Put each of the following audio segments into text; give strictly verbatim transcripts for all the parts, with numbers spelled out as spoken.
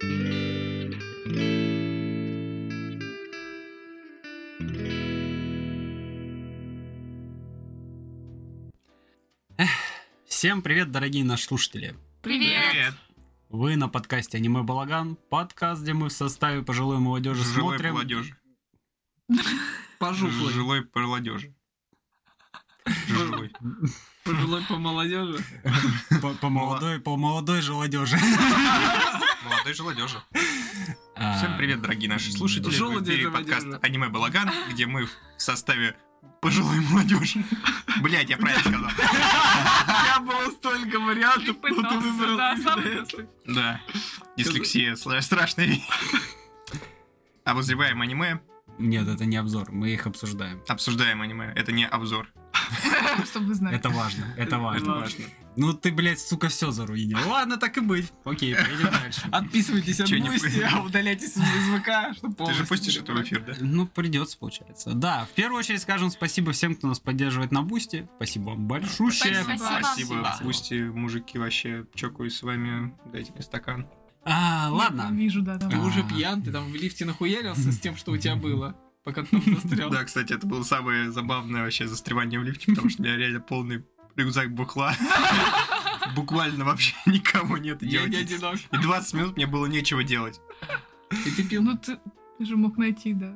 Всем привет, дорогие наши слушатели. Привет! Привет. Вы на подкасте Аниме Балаган, подкаст, где мы в составе пожилой молодежи Жилой смотрим... молодежи. Пожухлый. Жилой по молодежи. Жилой. Пожилой по молодежи. По, по молодой, по молодой желодежи. Молодой желодежи. А, Всем привет, дорогие наши слушатели. В Желуди эфире молодежи. подкаст Аниме Балаган, где мы в составе пожилой молодежи. Блять, я правильно сказал. У меня было столько вариантов, но ты Пытался, выбрал да, именно сам это. Да. Дислексия, сла- страшная вещь. Обозреваем аниме, Нет, это не обзор, мы их обсуждаем. обсуждаем аниме. Это не обзор. Чтобы вы знали. Это важно, это важно. важно. Ну ты, блядь, сука, все заруинил. Ладно, так и быть. Окей, пойдем дальше. Отписывайтесь от Чё не Бусти, понял? а удаляйтесь из ВК, чтобы Ты полностью же пустишь не это в эфир, да? Ну, придется, получается. Да, в первую очередь скажем спасибо всем, кто нас поддерживает на Бусти. Спасибо вам большущее. Спасибо. Спасибо. Пусть мужики вообще чокаюсь с вами. Дайте мне стакан. А, ладно. Вижу, да, Ты да. А. уже пьян, ты там в лифте нахуярился с тем, что у тебя было, пока ты там застрял. Да, кстати, это было самое забавное вообще застревание в лифте, потому что у меня реально полный рюкзак бухла. Буквально вообще никого нет. Я делать. не одинок. И двадцать минут мне было нечего делать. И ты пил. Ну ты, ты же мог найти, да.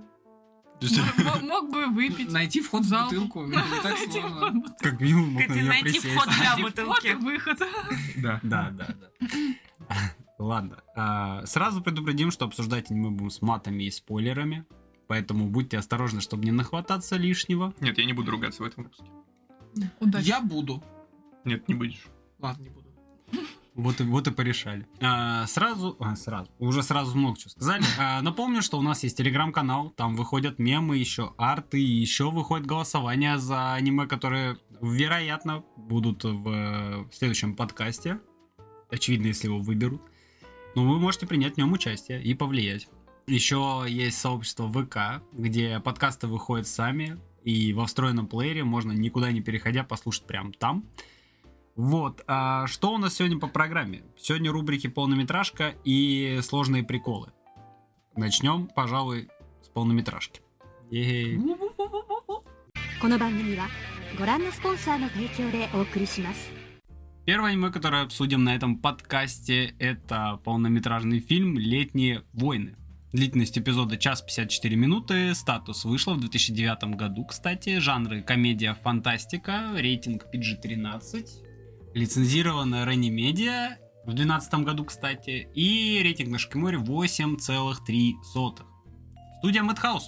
Мог, мог бы выпить. Найти вход в Зал. бутылку, это не так Найти сложно. вход. Как минимум, мог на Кстати, неё найти присесть. вход для Найти вход и бутылки. выход. Да. Да, да, да. Ладно. А, сразу предупредим, что обсуждать мы будем с матами и спойлерами. Поэтому будьте осторожны, чтобы не нахвататься лишнего. Нет, я не буду ругаться в этом выпуске. Удачи. Я буду. Нет, не будешь. Ладно, не буду. Вот и, вот и порешали. А, сразу, а, сразу, уже сразу много чего сказали. А, напомню, что у нас есть телеграм-канал, там выходят мемы, еще арты, и еще выходит голосование за аниме, которые, вероятно, будут в, э, в следующем подкасте. Очевидно, если его выберут. Но вы можете принять в нем участие и повлиять. Еще есть сообщество ВК, где подкасты выходят сами, и во встроенном плеере можно, никуда не переходя, послушать прямо там. Вот, а что у нас сегодня по программе? Сегодня рубрики полнометражка и сложные приколы. Начнем, пожалуй, с полнометражки. Е-хей. この番組はご覧のスポンサーの提供でお送りします。 Первое аниме, которое обсудим на этом подкасте, это полнометражный фильм «Летние войны». Длительность эпизода час пятьдесят четыре минуты, статус вышло в две тысячи девятом году, кстати, жанры комедия, фантастика, рейтинг пи джи тринадцать, лицензировано Рени Медиа в две тысячи двенадцатом году, кстати, и рейтинг на Шикиморе восемь целых три сотых. Студия Madhouse.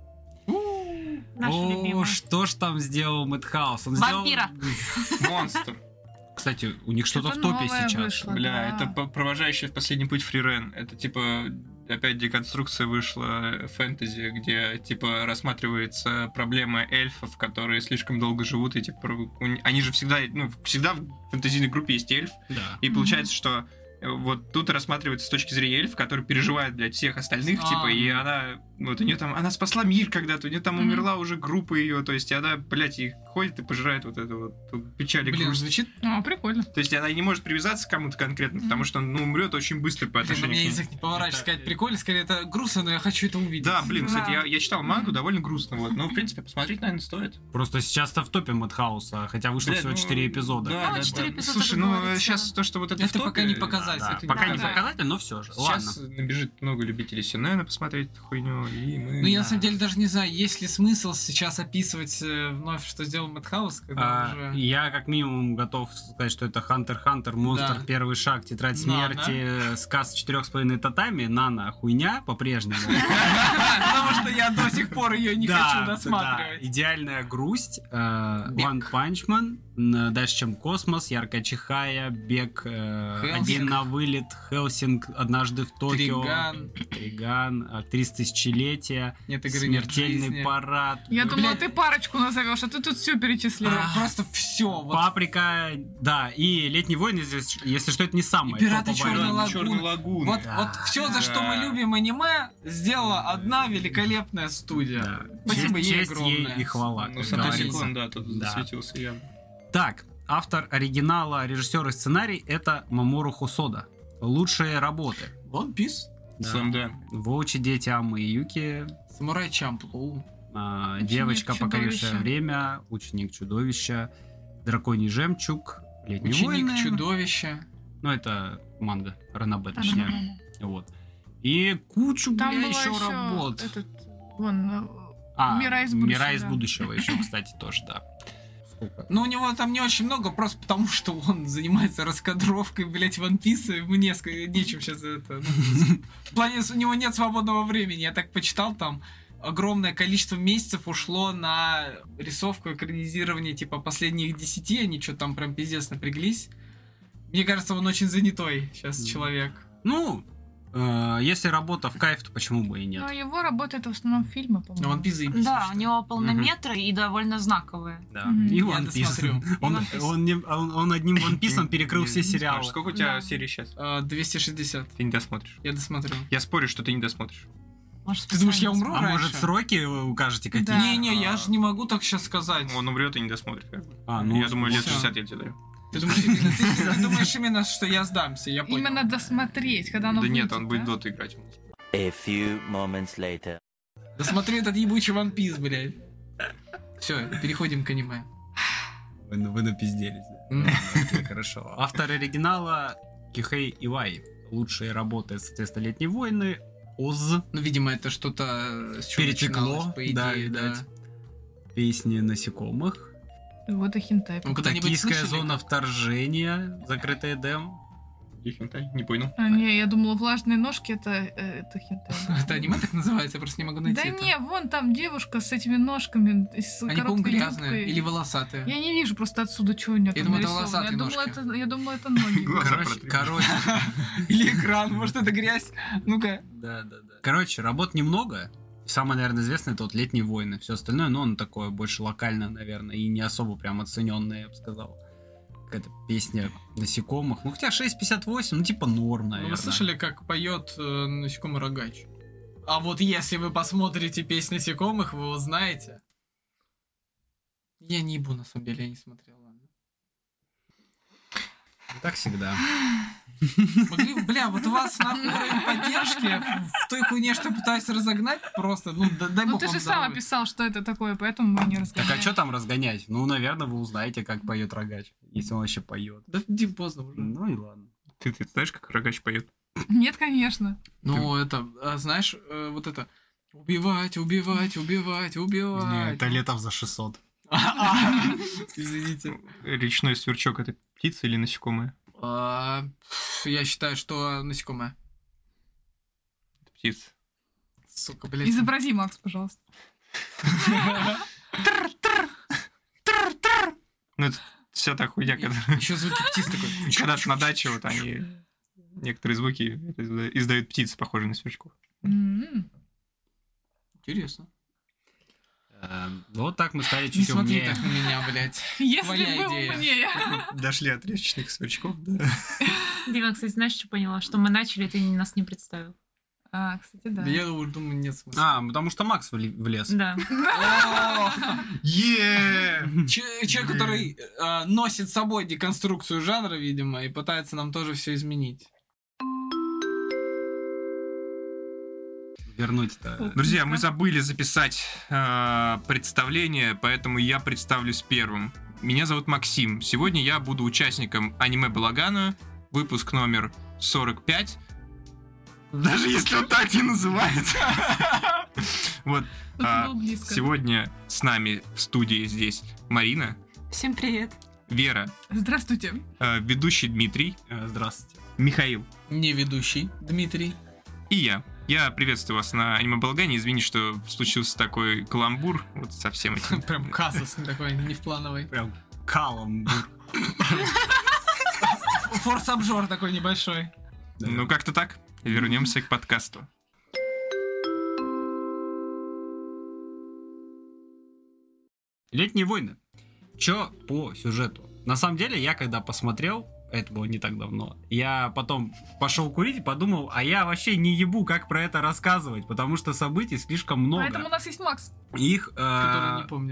Наши О, любимые. что ж там сделал Madhouse? Он Вампира. сделал... Монстр. Кстати, у них что-то в Что-то топе новое сейчас. вышло. Бля, Да. это по- провожающий в последний путь фрирен. Это типа опять деконструкция вышла фэнтези, где типа рассматривается проблема эльфов, которые слишком долго живут, и типа у н- они же всегда, ну, всегда в фэнтезийной группе есть эльф, Да. и получается, что э, вот тут рассматривается с точки зрения эльф, который переживает для всех остальных, А. типа, и она, вот у нее там, она спасла мир когда-то, у нее там Мгм. умерла уже группа ее, то есть и она, блядь, и ходит и пожирает вот это вот тут печаль и Блин, грусть. звучит... А, прикольно. То есть она не может привязаться к кому-то конкретно, потому что он ну, умрет очень быстро по Блин, у отношению меня к ней. язык не поворачивается Это- сказать прикольно, скорее это грустно, но я хочу это увидеть. Да, блин, кстати, Да. я, я читал мангу, довольно грустно, вот. Но, в принципе, посмотреть, наверное, стоит. Просто сейчас-то в топе Madhouse, хотя вышло Бля, всего ну, четыре эпизода. Да, А, да, четыре да. эпизода, Слушай, как ну, говорится. сейчас то, что вот это, Это в пока топе, не показать. Да, это пока не не показать. показатель, но все же. Сейчас Ладно. набежит много любителей синена посмотреть эту хуйню, и мы... Ну, я Да. на самом деле даже не знаю, есть ли смысл сейчас описывать э, вновь, что сделал Madhouse, когда А, уже... я как минимум готов сказать, что это Хантер Хантер, Монстр, Да. Первый шаг, Тетрадь Нана. смерти, сказ четырех с половиной татами, Нана хуйня по-прежнему. Потому что я до сих пор ее не Да, хочу да, досматривать. идеальная грусть, э, Бег. One Punch Man, н- дальше чем Космос, Яркая чихая, Бег, э, Хелсинг. Один на вылет, Хелсинг, Однажды в Токио, Триган. Триган, Актриса тысячелетия, Нет игры, нет Смертельный жизни. парад, Я Блядь. думала, ты парочку назовешь, а ты тут все перечисляешь. Про- Просто все. Вот. Паприка, да, и Летний воин, если, если что, это не самое. И Пираты топовое. Чёрной лагуны. Черный лагун. Вот, Да. вот все, за что мы Да. любим аниме, сделала одна великолепная студия. Да. Спасибо честь, ей честь огромное. ей и хвала, Ну, как Сатоси говорится. Кон, да, тут Да. засветился явно. Так, автор оригинала, режиссер и сценарий — это Мамору Хосода. Лучшие работы. One Piece, Да. Слэмдэнк. Воучи дети Амы и Юки. Самурай Чамплу, а, Ученик Девочка, покорившая чудовища. время. Ученик чудовища. Драконий жемчуг. Летние Ученик войны. чудовища. Ну, это манга. Ранобэ, Там, точнее. Вот. И кучу, Там бля, была еще еще работ. этот, вон, э, А, Мира из будущего, Мира из да. будущего еще, кстати, тоже, да. Сколько? Ну, у него там не очень много, просто потому что он занимается раскадровкой, блять, One Piece, и ему несколько, нечем сейчас это... ну, в плане, у него нет свободного времени, я так почитал, там огромное количество месяцев ушло на рисовку, экранизирование, типа, последних десяти, они что там прям пиздец напряглись. Мне кажется, он очень занятой сейчас человек. Ну, э, если работа в кайф, то почему бы и нет? но его работа это в основном фильмы, Но по-моему. One Piece заебись, Да, что у него полнометры и довольно знаковые. Да. Мгм. И Я One Piece. досмотрю. Он, One Piece. он, не- он- он одним One Piece перекрыл Не- все не сериалы. смотришь. Сколько у тебя Да. серий сейчас? А, двести шестьдесят. Ты не досмотришь. Я досмотрю. Я спорю, что ты не досмотришь. Может, Ты думаешь, я специально умру А раньше? может, сроки вы укажете какие? Да. Не-не, я же не могу так сейчас сказать. Он умрет и не досмотрит. Как бы. А, ну, я думаю, лет всё. шестьдесят я тебе даю. Ты думаешь, именно, ты, ты думаешь именно, что я сдамся, я понял. Именно досмотреть, когда оно Да нет, выйдет, он будет да? в доту играть. у нас. A few moments later. Досмотрю этот ебучий One Piece, блядь. Все, переходим к аниме. Вы, вы напизделись. да. М. Окей, хорошо. Автор оригинала Кихэй Ивай. Лучшие работы, соответственно, «Летние войны», Оз, Ну, видимо, это что-то с чего Перетекло, начиналось, по идее, да, да. видать. «Песни насекомых», Вот и хентай. Ну, когда-нибудь «Токийская слышали, зона как- вторжения», «Закрытый Эдем». И хентай, не понял. А, не, я думала, влажные ножки это, э, это хентай. Это аниме так называется, я просто не могу найти Да это. не, вон там девушка с этими ножками, и с Они, по-моему, короткой грязные юбкой. или волосатые. Я не вижу просто отсюда, что у нее Я там думаю, это нарисовано. волосатые Я думала, ножки. это, я думала, это ноги. Глаза Короче, протри. короче, Или экран, может, это грязь. Ну-ка. да, да, да. Короче, работ немного. Самое, наверное, известное это вот «Летние войны». Все остальное, ну, он такое больше локальное, наверное, и не особо прям оцененное, я бы сказал. Какая-то песня насекомых. Ну, хотя шесть пятьдесят восемь, ну, типа норм, Ну, наверное. вы слышали, как поет э, насекомый рогач? А вот если вы посмотрите песнь насекомых, вы узнаете. Я не ебу, на самом деле, я не смотрел. Ладно. Так всегда. Могли, бля, вот у вас нахуй уровень поддержки в той хуйне, что пытаюсь разогнать, просто, ну, да- дай Ну бог ты вам же сам здоровья. описал, что это такое, поэтому мы не Так разговариваем. а что там разгонять? Ну, наверное, вы узнаете, как поет рогач, если он вообще поет. Да Дим, поздно уже. Ну и ладно. Ты, ты знаешь, как рогач поет? Нет, конечно. Ну, это, а, знаешь, э, вот это убивать, убивать, убивать, убивать. летом за шестьсот. А, Извините. Речной сверчок это птица или насекомое? А, Я считаю, что насекомое. Это птица. Сука, блядь. Изобрази, Макс, пожалуйста. Ну, это вся та хуйня, когда, Еще звуки птиц такой. когда ты на даче, вот они некоторые звуки изда- издают птицы, похожие на сверчков. М. Интересно. Эм, Вот так мы стали Не чуть смотри умнее. так на меня, блядь. Если Твоя бы идея. умнее. Дошли от речных сверчков, да. Дима, кстати, знаешь, что поняла? Что мы начали, ты нас не представил. А, кстати, да. Да я уже думаю, нет смысла. А, потому что Макс вли- влез. Да. Е! Че- Человек, который э, носит с собой деконструкцию жанра, видимо, и пытается нам тоже все изменить. Вернуть-то. Друзья, мы забыли записать э, представление, поэтому я представлюсь первым. Меня зовут Максим. Сегодня я буду участником аниме Балагана, выпуск номер сорок пять. Даже если он так не называется. Вот. Ну, ты а, был близко. Сегодня с нами в студии здесь Марина, Всем привет. Вера, Здравствуйте. э, ведущий Дмитрий, Э, Здравствуйте. Михаил Не ведущий Дмитрий. и я. Я приветствую вас на аниме Балагане. Извини, что случился такой каламбур вот со всем этим. Прям казус такой, не в плановой. Прям каламбур. Форс-обжор такой небольшой. Ну, как-то так. Вернемся к подкасту. «Летние войны». Чё по сюжету? На самом деле, я когда посмотрел, это было не так давно, я потом пошел курить и подумал, а я вообще не ебу, как про это рассказывать, потому что событий слишком много. Поэтому у нас есть Макс. Их... э, Который не помнит.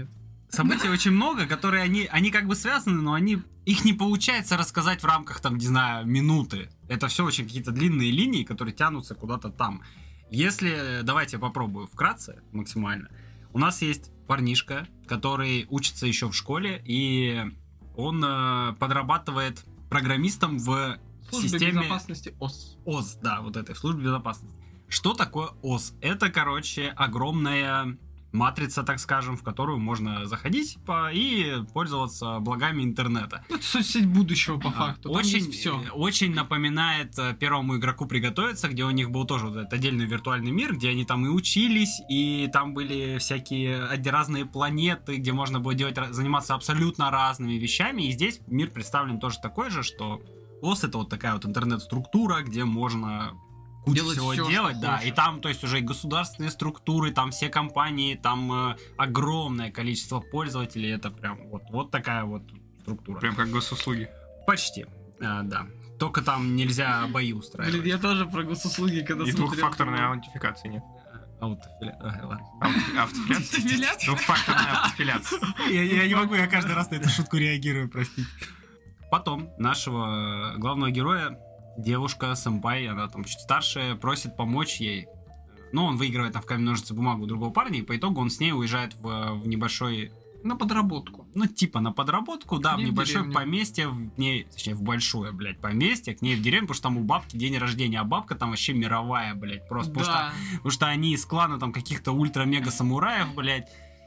событий очень много, которые они, они как бы связаны, но они их не получается рассказать в рамках, там, не знаю, минуты. Это все очень какие-то длинные линии, которые тянутся куда-то там. Если, давайте я попробую вкратце максимально. У нас есть парнишка, который учится еще в школе, и он э, подрабатывает программистом в Службе системе безопасности ОС. ОС, да, вот этой, в службе безопасности. Что такое ОС? Это, короче, огромная матрица, так скажем, в которую можно заходить по, и пользоваться благами интернета. Это соцсеть будущего, по факту. Очень, все. очень напоминает э, первому игроку приготовиться, где у них был тоже вот этот отдельный виртуальный мир, где они там и учились, и там были всякие одни разные планеты, где можно было делать, заниматься абсолютно разными вещами. И здесь мир представлен тоже такой же, что ОС — это вот такая вот интернет-структура, где можно кучу Делать всего всё, делать, что да, хочешь. и там, то есть, уже и государственные структуры, там все компании, там э, огромное количество пользователей, это прям вот, вот такая вот структура. Прям как госуслуги. Почти, а, да. Только там нельзя бои устраивать. Блин, я тоже про госуслуги, когда И смотрел. двухфакторной аутентификации нет. Аутофиля- ага, ладно. Аут- Автофиляция? Автофиляция? Двухфакторная автофиляция. Я, я не могу, я каждый раз на эту шутку реагирую, простите. Потом нашего главного героя девушка, сэмпай, она там чуть старше, просит помочь ей. Но он выигрывает там в камень, ножницы, бумагу у другого парня, и по итогу он с ней уезжает в, в небольшой, На подработку. ну, типа на подработку, да, К в ней в небольшое деревню. поместье, в ней, точнее, в большое, блядь, поместье, к ней в деревню, потому что там у бабки день рождения, а бабка там вообще мировая, блядь, просто, потому что Да. Потому что они из клана там каких-то ультра-мега-самураев, блядь.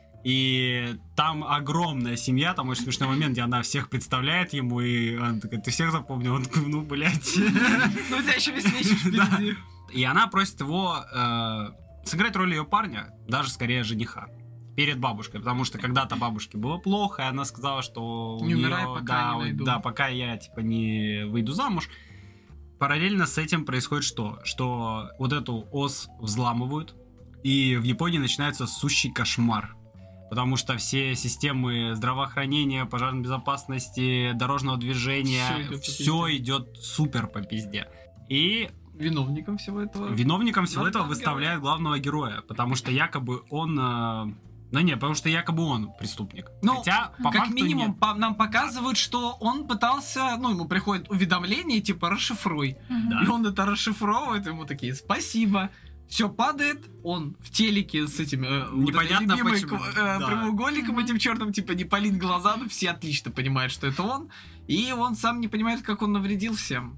И там огромная семья, там очень смешной момент, где она всех представляет ему, и она такая: ты всех запомнил? Он такой: ну, блядь. Ну, у тебя еще весь вечер впереди. И она просит его э, сыграть роль ее парня, даже скорее жениха, перед бабушкой, потому что когда-то бабушке было плохо, и она сказала, что у Не неё, умирай, пока да, не вот- найду. да, пока я типа не выйду замуж. Параллельно с этим происходит что? Что вот эту ос взламывают, и в Японии начинается сущий кошмар. Потому что все системы здравоохранения, пожарной безопасности, дорожного движения, Всё идёт по все пизде. идет супер по пизде. И Виновником всего этого. виновником всего Главного этого героя. выставляют главного героя, потому что якобы он... э, Ну не, потому что якобы он преступник. Ну, Хотя, по Как факту, минимум, нет. по- нам показывают, что он пытался, ну, ему приходит уведомление, типа, расшифруй. Да. И он это расшифровывает, ему такие: спасибо. Все падает, он в телеке с этим э, вот Непонятно этой любимой почему, к- э, да. прямоугольником этим черным, типа, не палит глаза, но все отлично понимают, что это он. И он сам не понимает, как он навредил всем.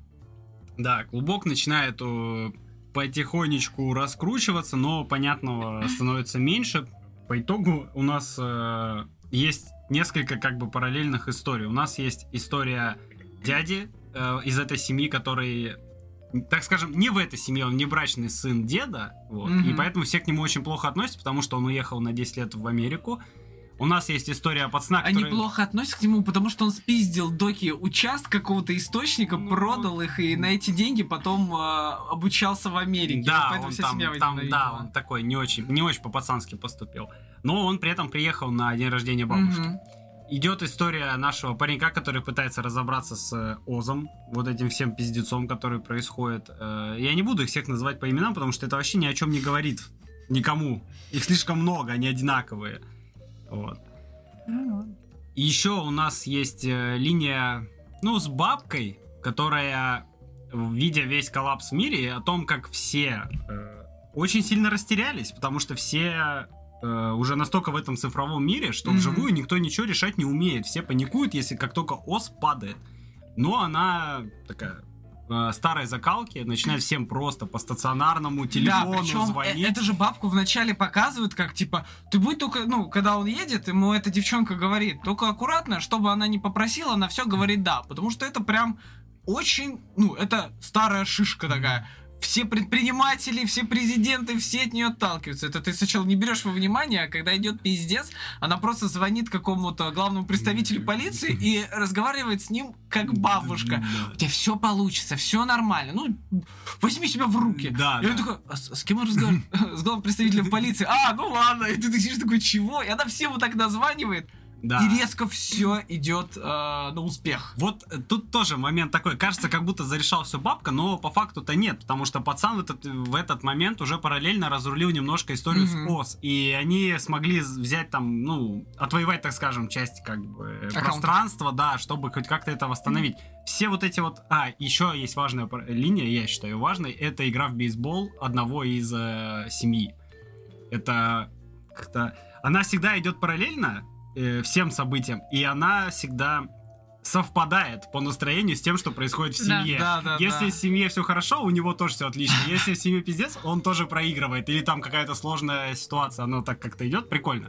Да, клубок начинает э, потихонечку раскручиваться, но понятного становится меньше. По итогу у нас э, есть несколько как бы параллельных историй. У нас есть история дяди э, из этой семьи, который, так скажем, не в этой семье, он не брачный сын деда, вот, Мгм. и поэтому все к нему очень плохо относятся, потому что он уехал на десять лет в Америку. У нас есть история пацана, Они который... плохо относятся к нему, потому что он спиздил доки участка какого-то источника, Ну, продал их, и на эти деньги потом э, обучался в Америке. Вот Да, поэтому он вся там, семья его там, ненавидела. да, он такой не очень, не очень по-пацански поступил. Но он при этом приехал на день рождения бабушки. Мгм. Идет история нашего паренька, который пытается разобраться с Озом, вот этим всем пиздецом, который происходит. Э, Я не буду их всех называть по именам, потому что это вообще ни о чем не говорит никому. Их слишком много, они одинаковые. Вот. И еще у нас есть э, линия, ну, с бабкой, которая, видя весь коллапс в мире, о том, как все э, очень сильно растерялись, потому что все э, уже настолько в этом цифровом мире, что Мгм. вживую никто ничего решать не умеет. Все паникуют, если как только ос падает. Но она такая э, старой закалки, начинает всем просто по стационарному телефону Да, причем звонить. эту же бабку вначале показывают, как типа, ты будь только, ну, когда он едет, ему эта девчонка говорит, только аккуратно, чтобы она не попросила, она все говорит да, потому что это прям очень, ну, это старая шишка такая. Все предприниматели, все президенты, все от нее отталкиваются. Это ты сначала не берешь во внимание, а когда идет пиздец, она просто звонит какому-то главному представителю полиции и разговаривает с ним как бабушка. У тебя все получится, все нормально. Ну, возьми себя в руки. Да, И он да. такой: а с, с кем он разговаривает? С главным представителем полиции. А, ну ладно. И ты, ты сидишь такой: чего? И она всем вот так названивает. Да. и резко все идет э, на успех. Вот э, тут тоже момент такой, кажется, как будто зарешал все бабка, но по факту-то нет, потому что пацан в этот, в этот момент уже параллельно разрулил немножко историю Мгм. с ОС, и они смогли взять там, ну, отвоевать, так скажем, часть как бы Аккаунтов. пространства, да, чтобы хоть как-то это восстановить. Все вот эти вот... А, еще есть важная пар- линия, я считаю важной, это игра в бейсбол одного из э, семьи. Это как-то... Она всегда идет параллельно э, всем событиям, и она всегда совпадает по настроению с тем, что происходит в Да. семье. Да, да, Если да. в семье все хорошо, у него тоже все отлично. Если в семье пиздец, он тоже проигрывает. Или там какая-то сложная ситуация, оно так как-то идет, прикольно.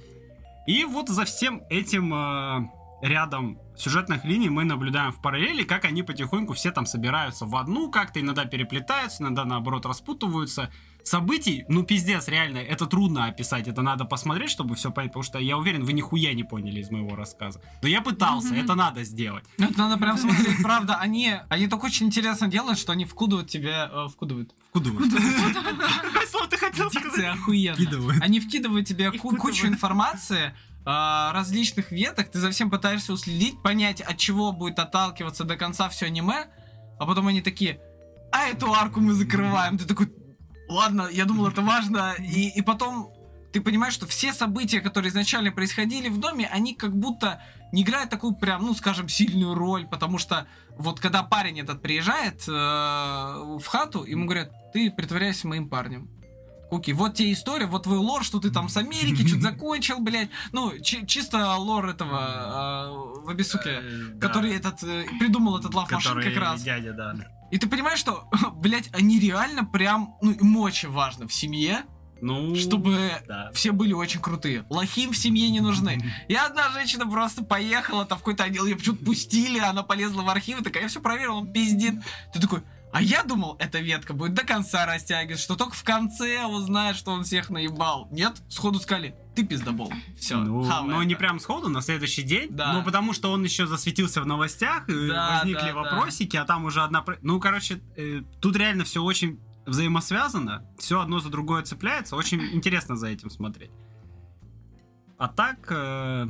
И вот за всем этим э, рядом сюжетных линий мы наблюдаем в параллели, как они потихоньку все там собираются в одну, как-то иногда переплетаются, иногда наоборот распутываются. Событий, ну пиздец, реально, это трудно описать, это надо посмотреть, чтобы все понять, потому что я уверен, вы нихуя не поняли из моего рассказа. Но я пытался, Мгм. это надо сделать. Ну, это надо прям смотреть, правда, они, они так очень интересно делают, что они вкидывают тебе, э, вкидывают. Вкудывают. Какое слово ты хотел Дикция сказать? охуенно. Вкидывают. Они вкидывают тебе И ку- вкидывают. кучу информации, э, различных веток, ты за всем пытаешься уследить, понять, от чего будет отталкиваться до конца все аниме, а потом они такие, а эту арку мы закрываем. Ты такой, ладно, я думал, это важно. И, и потом ты понимаешь, что все события, которые изначально происходили в доме, они как будто не играют такую прям, ну, скажем, сильную роль, потому что вот когда парень этот приезжает э, в хату, ему говорят, ты притворяйся моим парнем. Окей, вот тебе история, вот твой лор, что ты там с Америки что-то закончил, блядь. Ну, чи- чисто лор этого э, Вабисуке, который этот э, придумал этот лав машин как раз. Дядя, да. И ты понимаешь, что, блядь, они реально прям, ну, им очень важно в семье, Ну, чтобы да. все были очень крутые. Лохим в семье не нужны. И одна женщина просто поехала там в какой-то отдел, ее почему-то пустили, она полезла в архивы, такая, я все проверил, он пиздит. Ты такой, а я думал, эта ветка будет до конца растягиваться, что только в конце узнает, что он всех наебал. Нет, сходу сказали, ты пиздобол. Все, Ну, ну, не прям сходу, на следующий день. Да. Ну, потому что он еще засветился в новостях, и Да, возникли да, да. вопросики, а там уже одна... про- Ну, короче, э, тут реально все очень взаимосвязано, все одно за другое цепляется, очень интересно за этим смотреть. А так... э,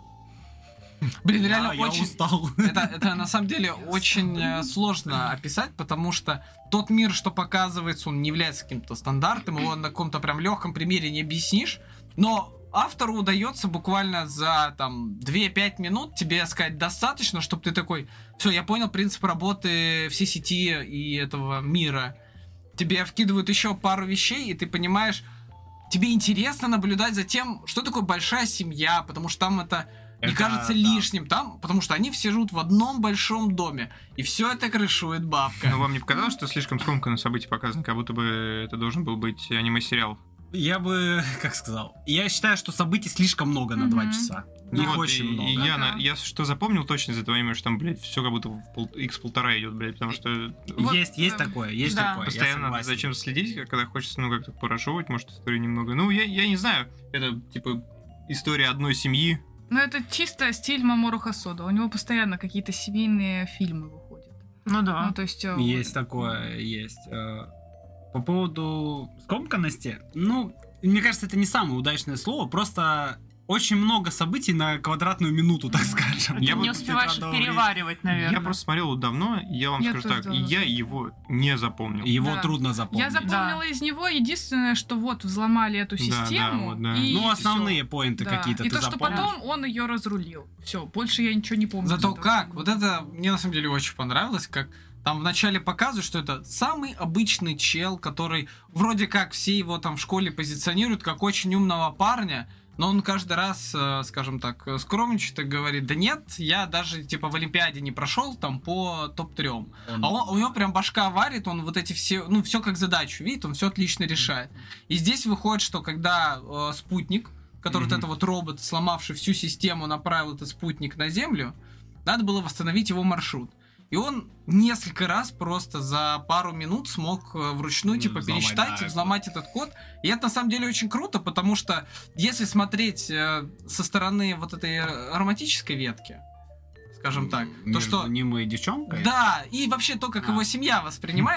Блин, я- реально я очень... устал. Это, это на самом деле очень э, сложно описать, потому что тот мир, что показывается, он не является каким-то стандартом, его на каком-то прям легком примере не объяснишь, но автору удается буквально за там две-пять минут тебе сказать достаточно, чтобы ты такой, все, я понял принцип работы всей сети и этого мира. Тебе вкидывают еще пару вещей, и ты понимаешь, тебе интересно наблюдать за тем, что такое большая семья, потому что там это не Это кажется да. лишним, там, потому что они все живут в одном большом доме, и все это крышует бабка. Но вам не показалось, что слишком скомканно события показаны, как будто бы это должен был быть аниме-сериал? Я бы, как сказал, я считаю, что событий слишком много на два Мгм. часа. Ну Их вот, очень и, много. и я, Ага. на- я что запомнил точно из этого аниме, что там, блядь, все как будто в пол, икс полтора идет, блядь, потому что Вот, есть, есть да. такое, есть Да. такое. я постоянно надо согласен. зачем следить, когда хочется, ну, как-то поражевывать, может, историю немного. Ну, я, я не знаю, это, типа, история одной семьи. Ну, это чисто стиль Мамору Хосода. У него постоянно какие-то семейные фильмы выходят. Ну да. Ну, то есть... э, Есть такое, есть. Э, По поводу скомканности, ну, мне кажется, это не самое удачное слово, просто очень много событий на квадратную минуту, так скажем. Ты Я не вот успеваешь тетрадного переваривать, наверное. Я просто смотрел его давно, и я вам Я скажу тоже так, давно я смотрела. его не запомнил. времени. Его Да. трудно запомнить. Я запомнила из него единственное, что вот взломали эту Да, систему. да, вот, да. и Ну, основные всё. поинты Да. какие-то И ты то, что запомнишь. потом он ее разрулил. Все, больше я ничего не помню. из Зато этого как, фильма. вот это мне на самом деле очень понравилось, как там вначале показывают, что это самый обычный чел, который вроде как все его там в школе позиционируют как очень умного парня, но он каждый раз, э, скажем так, э, скромничает и говорит, да нет, я даже типа в Олимпиаде не прошел там по топ трем. Он- А он, у него прям башка варит, он вот эти все, ну, все как задачу видит, он все отлично решает. И здесь выходит, что когда э, спутник, который Мгм. вот это вот робот, сломавший всю систему, направил этот спутник на Землю, надо было восстановить его маршрут. И он несколько раз просто за пару минут смог э, вручную Ну, типа взломать, пересчитать да, и взломать этот код. И это на самом деле очень круто, потому что если смотреть э, со стороны вот этой э, романтической ветки, скажем так, то Между что... ним и девчонкой. Да, и вообще то, как А. его семья воспринимает,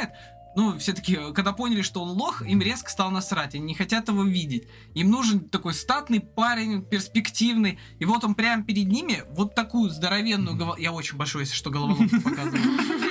ну, все-таки, когда поняли, что он лох, им резко стало насрать, они не хотят его видеть. Им нужен такой статный парень, перспективный, и вот он прямо перед ними, вот такую здоровенную голову, я очень большой, если что, головоломку показываю.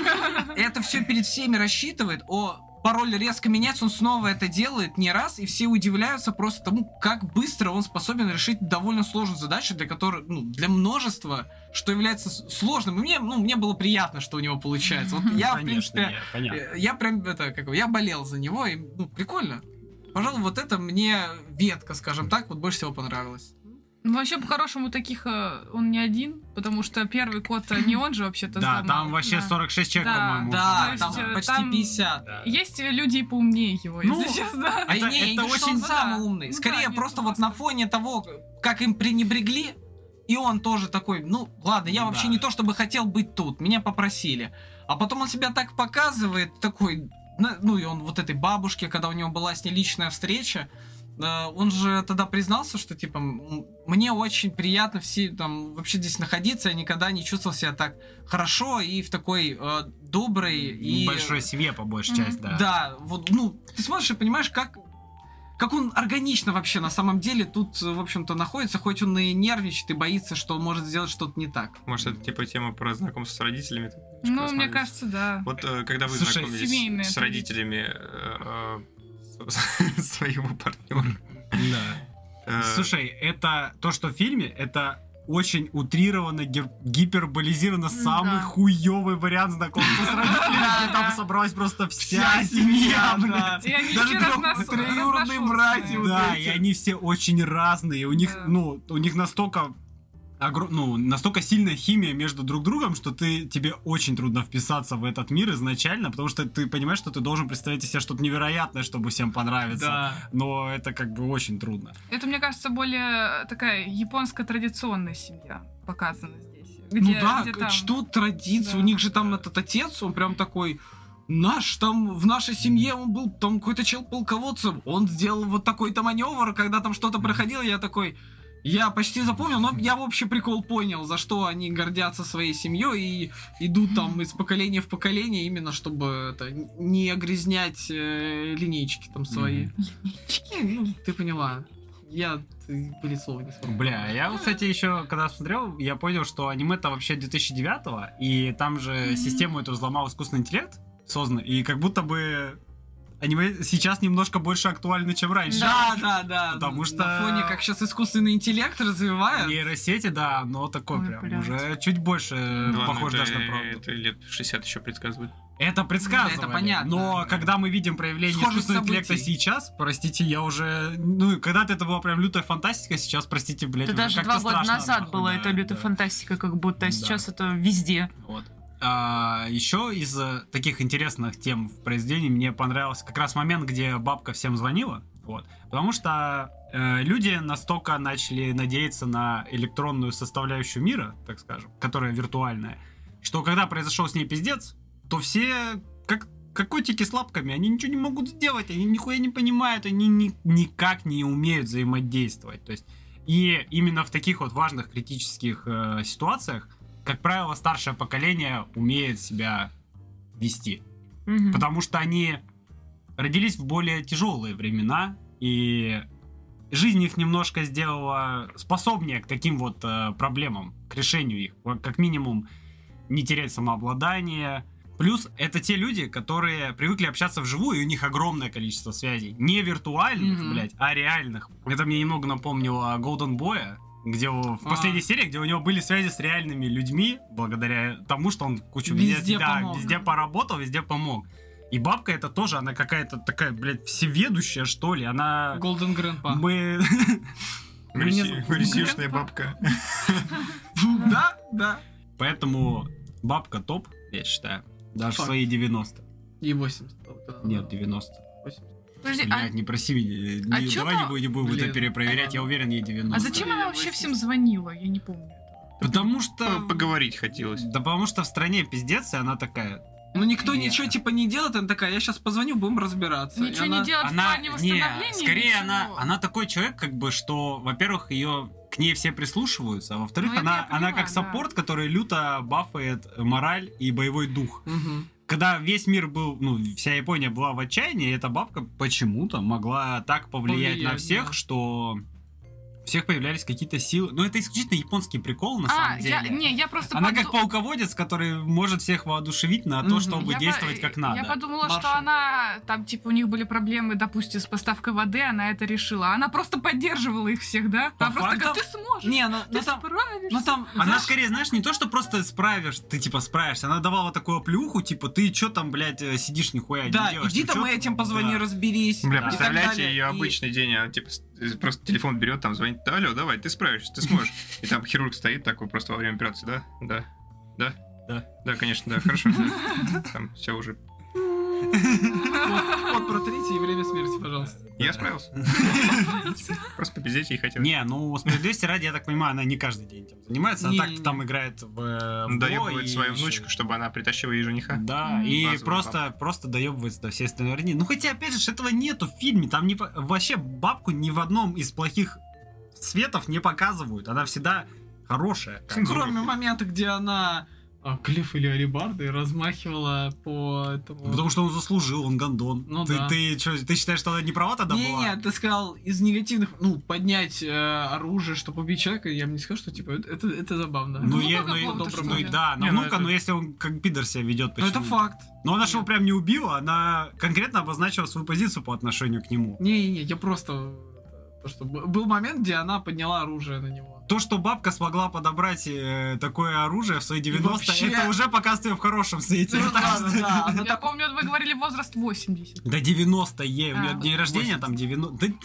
Это все перед всеми рассчитывает, о, пароль резко меняется, он снова это делает не раз, и все удивляются просто тому, как быстро он способен решить довольно сложную задачу, для которой, ну, для множества, что является сложным. И мне, ну, мне было приятно, что у него получается. Вот я, в принципе, я, я прям, это, как, я болел за него, и, ну, прикольно. Пожалуй, вот это мне ветка, скажем так, вот больше всего понравилась. Ну, вообще, по-хорошему, таких э, он не один, потому что первый код не он же вообще-то Да, взломал. там вообще Да. сорок шесть человек, Да, по-моему. Да, То там есть, э, почти там- пятьдесят. Да. Есть люди и поумнее его, Ну, если честно. А Это- не, это не, что очень- он да. самый умный. Ну Скорее, да, нет, просто ну вот на просто- фоне того, как им пренебрегли, и он тоже такой, ну, ладно, я Ну вообще да. не то чтобы хотел быть тут, меня попросили. А потом он себя так показывает, такой, на- ну, и он вот этой бабушке, когда у него была с ней личная встреча, э, он же тогда признался, что, типа, м- мне очень приятно все, там, вообще здесь находиться, я никогда не чувствовал себя так хорошо и в такой э, доброй и... Большой семье, по большей Мгм. части, да. Да, вот, ну, ты смотришь и понимаешь, как, как он органично вообще на самом деле тут, в общем-то, находится, хоть он и нервничает и боится, что он может сделать что-то не так. Может, это типа тема про знакомство с родителями? так немножко Ну, мне рассматривается? кажется, да. Вот э, когда вы Слушай, знакомились семейная с традиция. родителями э, э, с- своего партнера. Да. э, Слушай, это то, что в фильме, это очень утрированно, гер- гиперболизировано М, самый да. хуёвый вариант знакомства с родителями, где там собралась просто вся семья, блядь. И они Даже все трёх- разнос- троюродные разношёрстные. братья, вот Да, эти. и они все очень разные. У них, Да. ну, у них настолько огр- ну, настолько сильная химия между друг другом, что ты, тебе очень трудно вписаться в этот мир изначально, потому что ты понимаешь, что ты должен представить из себя что-то невероятное, чтобы всем понравиться. Да. Но это как бы очень трудно. Это, мне кажется, более такая японская традиционная семья показана здесь. Ну Где- да, где к- там- чтут традиции, Да. у них же там этот отец, он прям такой... Наш там, в нашей семье он был там какой-то чел полководцем, он сделал вот такой-то маневр, когда там что-то проходило, я такой, я почти запомнил, но я в общий прикол понял, за что они гордятся своей семьей и идут там из поколения в поколение, именно чтобы это, не огрязнять э, линейки там свои. Не, ну, ты поняла. Я ты, были слова не вспомнил. Бля, я, вот, кстати, еще когда смотрел, я понял, что аниме-то вообще две тысячи девятого, и там же систему эту взломал искусственный интеллект созданный, и как будто бы аниме сейчас немножко больше актуально, чем раньше. Да, да, да. Потому что- На фоне, как сейчас искусственный интеллект развивает. Нейросети, да, но такой Ой, прям блядь. уже чуть больше да ладно, похож это- даже на правду. Это лет шестьдесят еще предсказывает. Это предсказывали. Это понятно. Но когда мы видим проявление Схожесть искусственного интеллекта событий. сейчас, простите, я уже... Ну, когда-то это была прям лютая фантастика, сейчас, простите, блядь, Это уже даже как-то два года страшно, назад нахуй, была да, эта лютая да. фантастика, как будто, а Да. сейчас это везде. Вот. А, еще из э, таких интересных тем в произведении мне понравился как раз момент, где бабка всем звонила. Вот. Потому что э, люди настолько начали надеяться на электронную составляющую мира, так скажем, которая виртуальная, что когда произошел с ней пиздец, то все как, как котики с лапками, они ничего не могут сделать, они нихуя не понимают, они ни- никак не умеют взаимодействовать. То есть, и именно в таких вот важных критических э, ситуациях, как правило, старшее поколение умеет себя вести. Мгм. Потому что они родились в более тяжелые времена, и жизнь их немножко сделала способнее к таким вот э, проблемам, к решению их. Вот как минимум не терять самообладание. Плюс это те люди, которые привыкли общаться вживую, и у них огромное количество связей. Не виртуальных, Мгм. блядь, а реальных. Это мне немного напомнило Golden Boy, где у- в А. последней серии, где у него были связи с реальными людьми, благодаря тому, что он кучу Везде да, помог. везде поработал, везде помог. И бабка это тоже, она какая-то такая, блядь, всеведущая, что ли. Она... Golden Grandpa. Мы... Мы не- Мариси- Марисюшная бабка. Да, да. Поэтому бабка топ, я считаю. Даже в Факт. свои девяносто. И восемьдесят. Нет, девяносто. Подожди, а, Блядь, не проси меня. а Не- чё давай не там- будем, не будем это Блин. перепроверять, я уверен, ей девяносто. а зачем она вообще всем звонила? Я не помню. Потому что... Поговорить хотелось. Да потому что в стране пиздец, и она такая... Ну никто Нет. ничего типа не делает, она такая, я сейчас позвоню, будем разбираться. Ничего И не она- делать в Она, плане не, восстановления? скорее ничего? она, она такой человек, как бы, что, во-первых, ее к ней все прислушиваются, а во-вторых, Ну, это она, я она понимаю, как да. саппорт, который люто бафает мораль и боевой дух. Мгм. когда весь мир был, ну, вся Япония была в отчаянии, эта бабка почему-то могла так повлиять, Повлиять, на всех, да. что у всех появлялись какие-то силы. Ну, это исключительно японский прикол, на А, самом я, деле. не, я просто Она поду- как пауководец, который может всех воодушевить на то, Мгм. чтобы Я действовать по- как надо. Я подумала, Маршал. что она, там, типа, у них были проблемы, допустим, с поставкой воды, она это решила. Она просто поддерживала их всех, да? По Она просто факту- говорит, ты сможешь, Не, ну, ты ну там... справишься. Ну там... Она знаешь, скорее, знаешь, не то, что просто справишь, ты типа справишься, она давала такую оплюху, типа, ты чё там, блядь, э, сидишь нихуя не Да, делаешь? иди ты там чё- этим позвони, Да. разберись. Бля, и так представляете, далее. ее И- обычный день, она типа с- просто телефон берет, там звонит, да, алло, давай, ты справишься, ты сможешь. И там хирург стоит такой просто во время операции, да, да, да, Да. да, конечно, да, хорошо, да. Там все уже. Вот протрите и время смерти, пожалуйста. Я справился. Просто попиздеть ей хотел. Не, ну, справедливости ради, я так понимаю, она не каждый день этим занимается, она Не-не-не. так там играет в, э, в Доебывает Го и свою ещё- внучку, чтобы она притащила ей жениха. Да, Мгм. и Базовый просто, просто доебывается до всей остальной родни. Ну, хотя, опять же, этого нету в фильме, там не по- вообще бабку ни в одном из плохих светов не показывают, она всегда хорошая. как бы. Кроме момента, где она а, клев или алебарды размахивала по этому... Потому что он заслужил, он гондон. Ну ты, да. ты, чё, ты считаешь, что она не права тогда Не, была? не, ты сказал из негативных, ну, поднять э, оружие, чтобы убить человека, я бы не сказал, что типа это, это, это забавно. Ну, Ну, е- по ну, и- какому-то, ну, что и ли? да, ну, Не, ну ну-ка, это- но если он как пидор себя ведет, Но почему? это факт. Но она же его Нет. прям не убила, она конкретно обозначила свою позицию по отношению к нему. Не-не-не, я просто... То, что б- был момент, где она подняла оружие на него. То, что бабка смогла подобрать э, такое оружие в свои девяностые, вообще- это уже показывает ее в хорошем свете. Ну, Так да, что- да, да, она Я так- помню, вы говорили возраст восемьдесят. Да девяносто ей, у нее А, день рождения там девяносто. Да,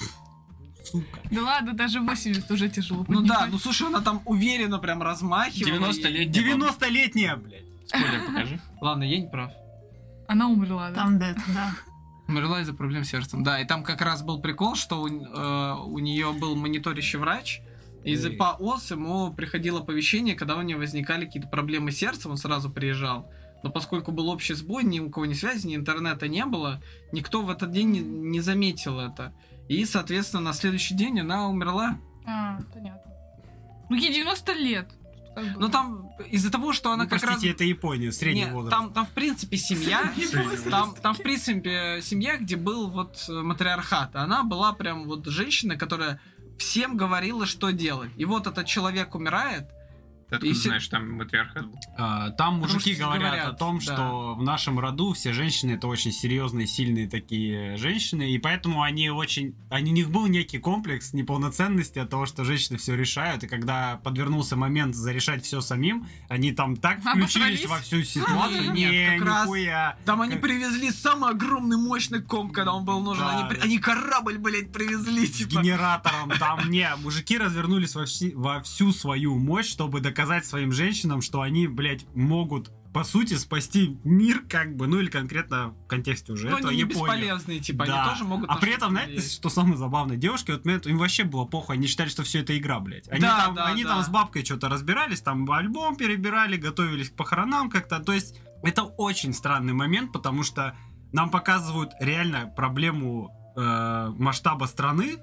сука. Да ладно, даже восемьдесят уже тяжело. Ну да, поднимать. ну слушай, она там уверенно прям размахивала. и- девяностолетняя. девяностолетняя, блядь. Спойлер покажи. Ладно, я не прав. Она умерла, да? Там Дэд, да. Умерла из-за проблем с сердцем. Да, и там как раз был прикол, что у, э, у нее был мониторящий врач, и из-за Эй. по ОС ему приходило оповещение, когда у нее возникали какие-то проблемы с сердцем, он сразу приезжал. Но поскольку был общий сбой, ни у кого ни связи, ни интернета не было, никто в этот день не, не заметил это. И, соответственно, на следующий день она умерла. А, понятно. Ну, ей девяносто лет. Как бы. Но там из-за того, что она Ну, как простите, раз... это Япония, средний Нет, возраст. там, там, в принципе, семья. Там, там, в принципе, семья, где был вот э, матриархат. Она была прям вот женщина, которая всем говорила, что делать. И вот этот человек умирает. Ты откуда Если- знаешь, там матриархат был? А, Там Потому мужики что говорят, говорят, о том, да. что в нашем роду все женщины это очень серьезные, сильные такие женщины, и поэтому они очень, они, у них был некий комплекс неполноценности от того, что женщины все решают, и когда подвернулся момент зарешать все самим, они там так включились Обосрались? во всю ситуацию, Нет, не, как раз нихуя. Там они Как- привезли самый огромный мощный комп, когда он был нужен. Да, они, при- да. они корабль, блядь, привезли, С типа. генератором, там не, мужики развернулись во, вси- во всю свою мощь, чтобы доказать своим женщинам, что они, блядь, могут по сути спасти мир, как бы, ну или конкретно в контексте уже Ну, этого они не Японию. бесполезные, типа, Да. они тоже могут... А на при что-то этом, знаете, влиять. что самое забавное? Девушки, вот момент, им вообще было похуй, они считали, что все это игра, блядь. Они, Да, там, да, они да. там с бабкой что-то разбирались, там альбом перебирали, готовились к похоронам как-то. То есть это очень странный момент, потому что нам показывают реально проблему э, масштаба страны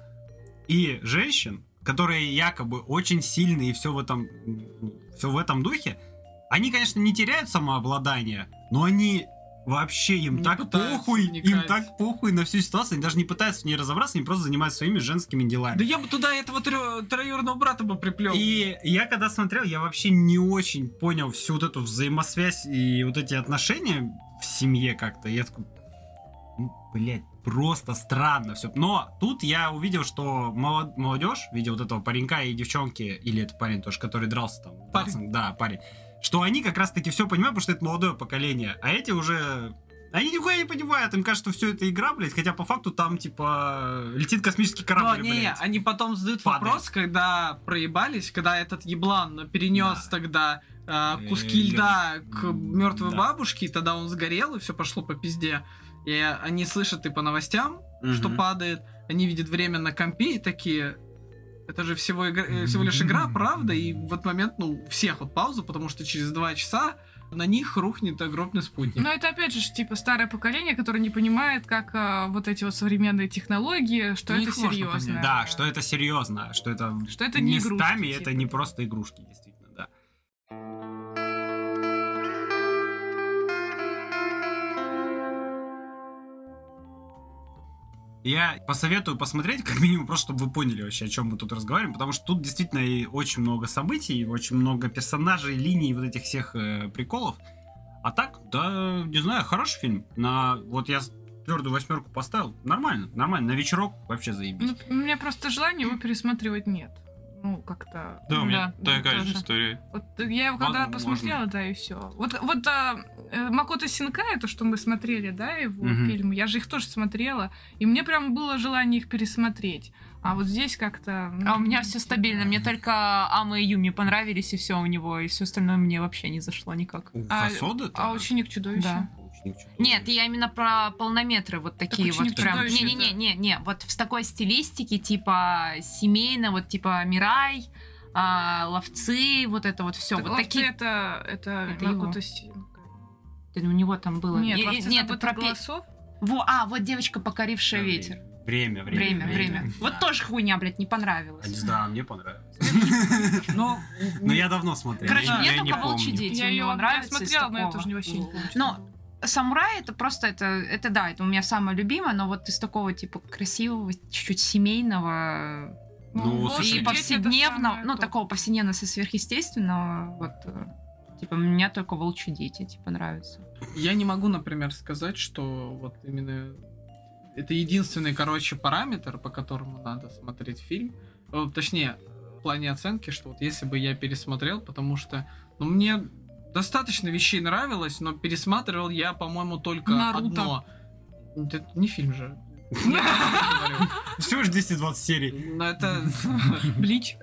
и женщин, которые якобы очень сильные и все в этом, все в этом духе. Они, конечно, не теряют самообладание, но они вообще им Не так пытаются похуй, им вникать. так похуй на всю ситуацию, они даже не пытаются в ней разобраться, они просто занимаются своими женскими делами. Да я бы туда этого трё- троюродного брата бы приплел. И я когда смотрел, я вообще не очень понял всю вот эту взаимосвязь и вот эти отношения в семье как-то. Я такой, ну, блядь, просто странно все. Но тут я увидел, что молод- молодежь, видя вот этого паренька и девчонки, или это парень тоже, который дрался там. Парень. дрался, да, парень. Что они как раз-таки все понимают, потому что это молодое поколение. А эти уже... Они нихуя не понимают, им кажется, что все это игра, блядь, хотя по факту там, типа, летит космический Но корабль, не, не, блядь. они потом задают Падает. вопрос, когда проебались, когда этот еблан перенес Да. тогда э, куски Э, льда к М, мертвой да. бабушке, и тогда он сгорел, и все пошло по пизде. И они слышат и по новостям, что Мгм. падает, они видят время на компе и такие... Это же всего, игра- э, всего лишь игра, правда? И в этот момент, ну, у всех вот пауза, потому что через два часа на них рухнет огромный спутник. Но это опять же ж, типа старое поколение, которое не понимает, как а, вот эти вот современные технологии, что Ну, это их можно серьезно. понять. Да, что это серьезно, что это, Что это не местами игрушки, это типа. не просто игрушки, действительно, да. Я посоветую посмотреть, как минимум, просто чтобы вы поняли вообще, о чем мы тут разговариваем, потому что тут действительно и очень много событий, очень много персонажей, линий, вот этих всех э, приколов. А так, да, не знаю, хороший фильм. На вот я твердую восьмерку поставил. Нормально, нормально. На вечерок вообще заебись. Ну, у меня просто желания его пересматривать нет. Ну, как-то... Да, у меня да, такая же тоже. история. Вот я его когда Возможно. посмотрела, да, и все. Вот, вот а, э, Макото Синкай, то, что мы смотрели, да, его Мгм. фильмы, я же их тоже смотрела, и мне прям было желание их пересмотреть. А вот здесь как-то... А у меня все стабильно. Мне только Ама и Юми понравились, и все у него, и все остальное мне вообще не зашло никак. У А- Хасоды А ученик чудовища? Да. Нет, я именно про полнометры вот такие вот «Ученик прям. чудовища» Не-не-не-не, вот в такой стилистике, типа семейно, вот типа Мирай, а, ловцы, вот это вот все. Так Вот «Ловцы» такие. это, это, Это Макото его. Синкай. У него там было. Нет, И- и- «Ловцы нет, забытых про пе- голосов». Во, а, вот девочка, покорившая ветер. Время, время. Время, время. Вот Да. тоже хуйня, блядь, не А, понравилась. Да, мне понравилось. Но Но я давно смотрел. Короче, я- мне я не только «Волчьи помню. дети» Я у ее него нравится. из смотрела, но я такого. тоже не вообще не помню. Но «Самурай» это просто, это, это да, это у меня самое любимое, но вот из такого типа красивого, чуть-чуть семейного Ну, «Волчьи слушай, и дети» это повседневного, самое ну топ. такого повседневного со сверхъестественного, вот э, типа мне только «Волчьи дети» типа нравятся. я не могу, например, сказать, что вот именно это единственный, короче, параметр, по которому надо смотреть фильм. Э, Точнее, в плане оценки, что вот если бы я пересмотрел, потому что ну, мне достаточно вещей нравилось, но пересматривал я, по-моему, только Наруто. одно. Это не фильм же. Я про это говорю. Всего же двести двадцать серий. Но это... Блич.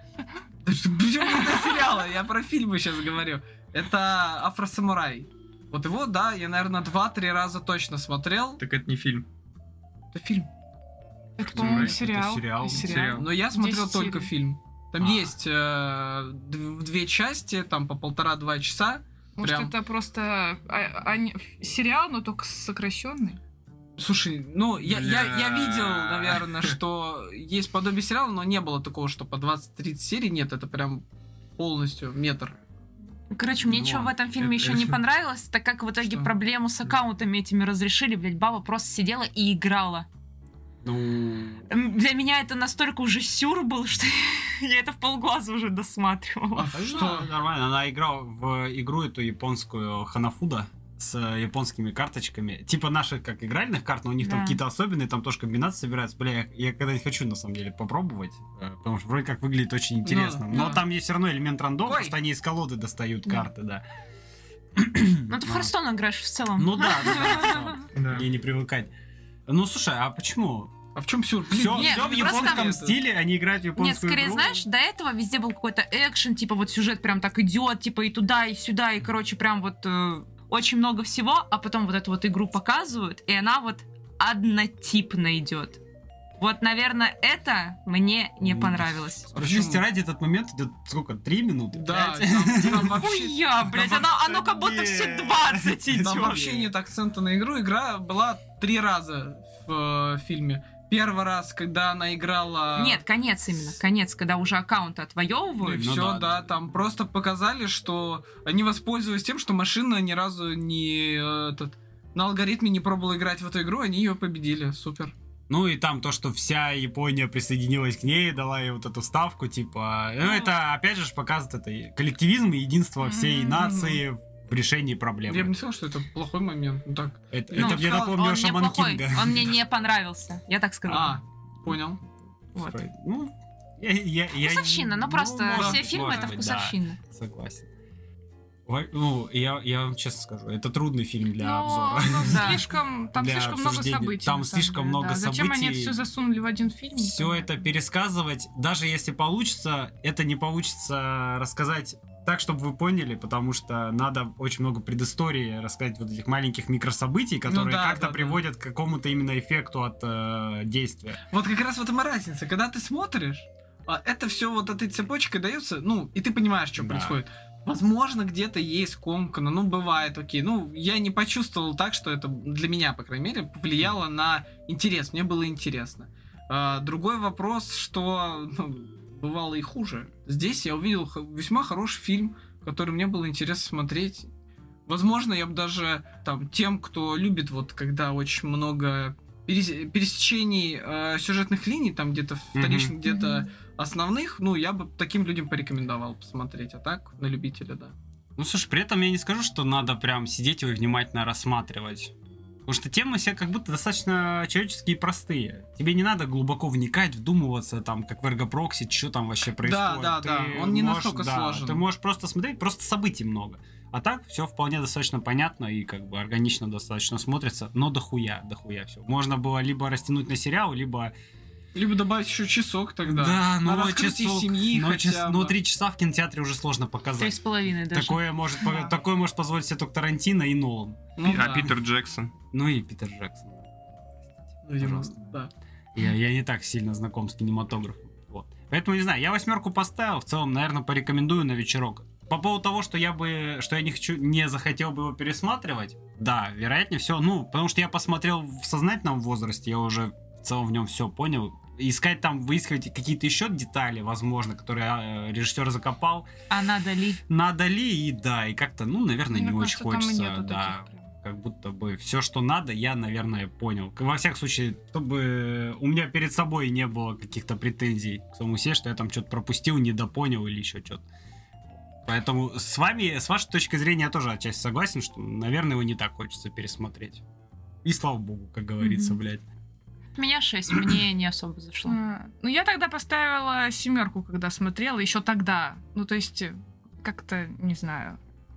Да что, Почему это сериалы? Я про фильмы сейчас говорю. Это «Афросамурай». Вот его, да, я, наверное, два-три раза точно смотрел. Так это не фильм. Это фильм. Это, по-моему, Это сериал. сериал. И Сериал. Но я смотрел десять только серий. фильм. Там А. есть э, д- две части, там по полтора-два часа. Может, Прям. это просто а- а не- сериал, но только сокращенный? Слушай, ну, я, я, я Бля. видел, наверное, что есть подобие сериала, но не было такого, что по двадцать-тридцать серий. Нет, это прям полностью метр. Короче, мне Ну, что в этом фильме это- еще не понравилось, так как в итоге Что? проблему с аккаунтами этими разрешили, блядь, баба просто сидела и играла. Ну, М, Для меня это настолько уже сюр был, что я это в полглаза уже досматривала. А что? что? Нормально. Она играла в игру эту японскую Ханафуда с японскими карточками. Типа наших, как игральных карт, но у них там Да. какие-то особенные, там тоже комбинации собираются. Бля, я, я когда-нибудь хочу, на самом деле, попробовать, э, потому что вроде как выглядит очень интересно. Ну, Но ну. там есть все равно элемент рандома, Ой. потому что они из колоды достают Да. карты, да. Ну ты в А. Харстон играешь в целом. Ну да, да, да, Да. мне не привыкать. Ну слушай, а почему? А в чем сюр? Все, Нет, в просто- японском стиле, они играют в японскую Нет, скорее, игру. знаешь, до этого везде был какой-то экшен, типа вот сюжет прям так идет, типа и туда, и сюда, и, короче, прям вот э, очень много всего, а потом вот эту вот игру показывают, и она вот однотипно идет. Вот, наверное, это мне не Ну, понравилось. Справедливости ради, этот момент идет сколько? Три минуты? Да, Пять? там, там вообще... Хуя, блядь, Да оно, вообще оно как будто все нет. двадцать идет. Там вообще нет акцента на игру. Игра была три раза в э, фильме. Первый раз, когда она играла... Нет, конец именно, конец, когда уже аккаунты Ну и отвоевывают. Ну все, да, да, да. там просто показали, что они воспользовались тем, что машина ни разу не э, этот, на алгоритме не пробовала играть в эту игру, они ее победили. Супер. Ну и там то, что вся Япония присоединилась к ней, дала ей вот эту ставку, типа... Ну, это, опять же, показывает это и коллективизм и единство всей Мгм. нации в решении проблемы. Я бы не сказал, что это плохой момент. Ну так. Это, Ну, это мне сказал, напомнило Он мне Шаман плохой, Кинга. он мне не понравился, я так скажу. А, понял. Вот. Ну, я, я, я не- Вкусовщина, ну просто может все быть, фильмы может это быть, вкусовщина. да, согласен. Во- Ну, я, я вам честно скажу, это трудный фильм для Но, обзора. но Да. слишком, там Для слишком много обсуждения. событий. Там на самом слишком деле, много да. Зачем они это событий. все засунули в один фильм? Все непонятно. это пересказывать, даже если получится, это не получится рассказать так, чтобы вы поняли, потому что надо очень много предыстории рассказать вот этих маленьких микрособытий, которые да, как-то да, да. приводят к какому-то именно эффекту от э, действия. Вот как раз в этом и разница. Когда ты смотришь, а, это все вот этой цепочкой дается, ну, и ты понимаешь, что Да. происходит. Возможно, где-то есть комкано, ну, бывает, окей. Ну, я не почувствовал так, что это для меня, по крайней мере, повлияло на интерес. Мне было интересно. А, другой вопрос, что ну, бывало и хуже. Здесь я увидел х- весьма хороший фильм, который мне было интересно смотреть. Возможно, я бы даже там тем, кто любит вот, когда очень много перес- пересечений э, сюжетных линий, там где-то вторичных, Мгм. где-то Мгм. основных, ну, я бы таким людям порекомендовал посмотреть. А так, на любителя, да. Ну, слушай, при этом я не скажу, что надо прям сидеть и внимательно рассматривать. Потому что темы все как будто достаточно человеческие и простые. Тебе не надо глубоко вникать, вдумываться, там, как в Эргопрокси, что там вообще происходит. да, Ты да, он не можешь- настолько да, сложен. Ты можешь просто смотреть, просто событий много. А так все вполне достаточно понятно и как бы органично достаточно смотрится, но дохуя, дохуя все. Можно было либо растянуть на сериал, либо... Либо добавить еще часок тогда. Да, на но раскрытие часок, семьи но, хотя час- бы. но три часа в кинотеатре уже сложно Три показать. с половиной даже. Такое может, по- такое может позволить себе только Тарантино и Нолан. Ну, А да. Питер Джексон. Ну и Питер Джексон. Видимо, Пожалуйста. да. Я, я не так сильно знаком с кинематографом. Вот. Поэтому, не знаю, я восьмерку поставил. В целом, наверное, порекомендую на вечерок. По поводу того, что я бы, что я не хочу, не захотел бы его пересматривать, да, вероятнее всего, ну, потому что я посмотрел в сознательном возрасте, я уже в целом в нем все понял. Искать там, выискивать какие-то еще детали, возможно, которые э, режиссер закопал, А надо ли? надо ли, и да, и как-то, ну, наверное, Мне не очень кажется, там и хочется, нету да. таких прям. Как будто бы все, что надо, я, наверное, понял. Во всяком случае, чтобы у меня перед собой не было каких-то претензий к самому себе, что я там что-то пропустил, недопонял или еще что-то. Поэтому с вами, с вашей точки зрения, я тоже отчасти согласен, что, наверное, его не так хочется пересмотреть. И слава богу, как говорится, Мгм. блядь. У меня шесть, мне не особо зашло. А, Ну, я тогда поставила семерку, когда смотрела, еще тогда. Ну, то есть, э, как-то, не знаю.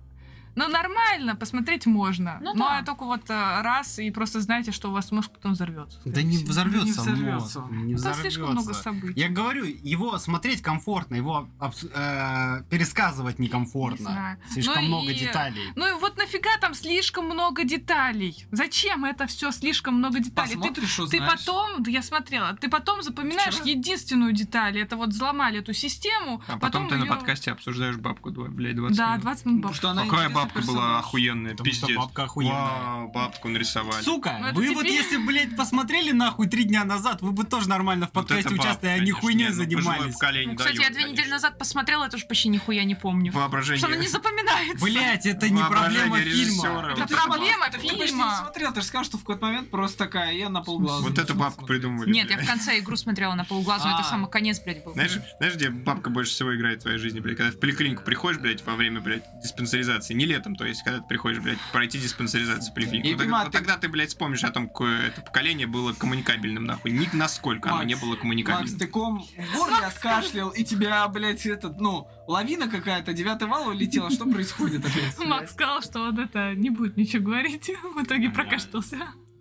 Ну, нормально, посмотреть можно. Ну но да. только вот э, раз, и просто знаете, что у вас мозг потом взорвется. Да не взорвется, Не взорвется. мозг, не Там слишком много взорвется. событий. Я говорю, его смотреть комфортно, его абс- э, пересказывать некомфортно. Не знаю. Слишком Ну много и- деталей. Ну и вот нафига там слишком много деталей? Зачем это все слишком много деталей? Ты, Посмотришь, ты узнаешь. потом, да я смотрела, ты потом запоминаешь Вчера? единственную деталь. Это вот взломали эту систему. А потом, ты на её- подкасте обсуждаешь бабку, два- блядь, двадцать Да, минут. двадцать минут Потому что она Какая интересный бабка была персонаж. охуенная, Потому что пиздец. бабка охуенная. Вау, бабку нарисовали. Сука, Ну, это вы теперь- вот если, блядь, посмотрели нахуй три дня назад, вы бы тоже нормально в Вот подкасте это бабка, участвовали, а не конечно. хуйней Не, ну, пожилое занимались. поколение Ну, кстати, дает, я две недели конечно. назад посмотрела, я тоже почти нихуя не помню. Воображение. Что она не запоминается. Блять, это не Воображение проблема режиссера. фильма. Это ты проблема смотри- Ты почти не фильма. смотрел, ты же сказал, что в какой-то момент просто такая, я на полглаза. Вот эту начала бабку смотреть. придумали. Нет, я блядь. в конце игру смотрела на полглаза, это А. самый конец, блядь, был. Знаешь, знаешь, где бабка больше всего играет в твоей жизни, блядь? Когда в поликлинику приходишь, блядь, во время, блядь, диспансеризации. Не летом, то есть, когда ты приходишь, блядь, пройти диспансеризацию в поликлинику. И Вот тогда, понимаю, вот ты- тогда ты, блядь, вспомнишь о том, какое это поколение было коммуникабельным, нахуй. Ни насколько оно Макс, не было Макс, коммуникабельным. ты ком в горле откашлял, и тебя, блядь, этот, ну, лавина какая-то, девятый вал улетела. Что происходит опять? Макс сказал, что он это не будет ничего говорить. В итоге Понятно. прокашлялся.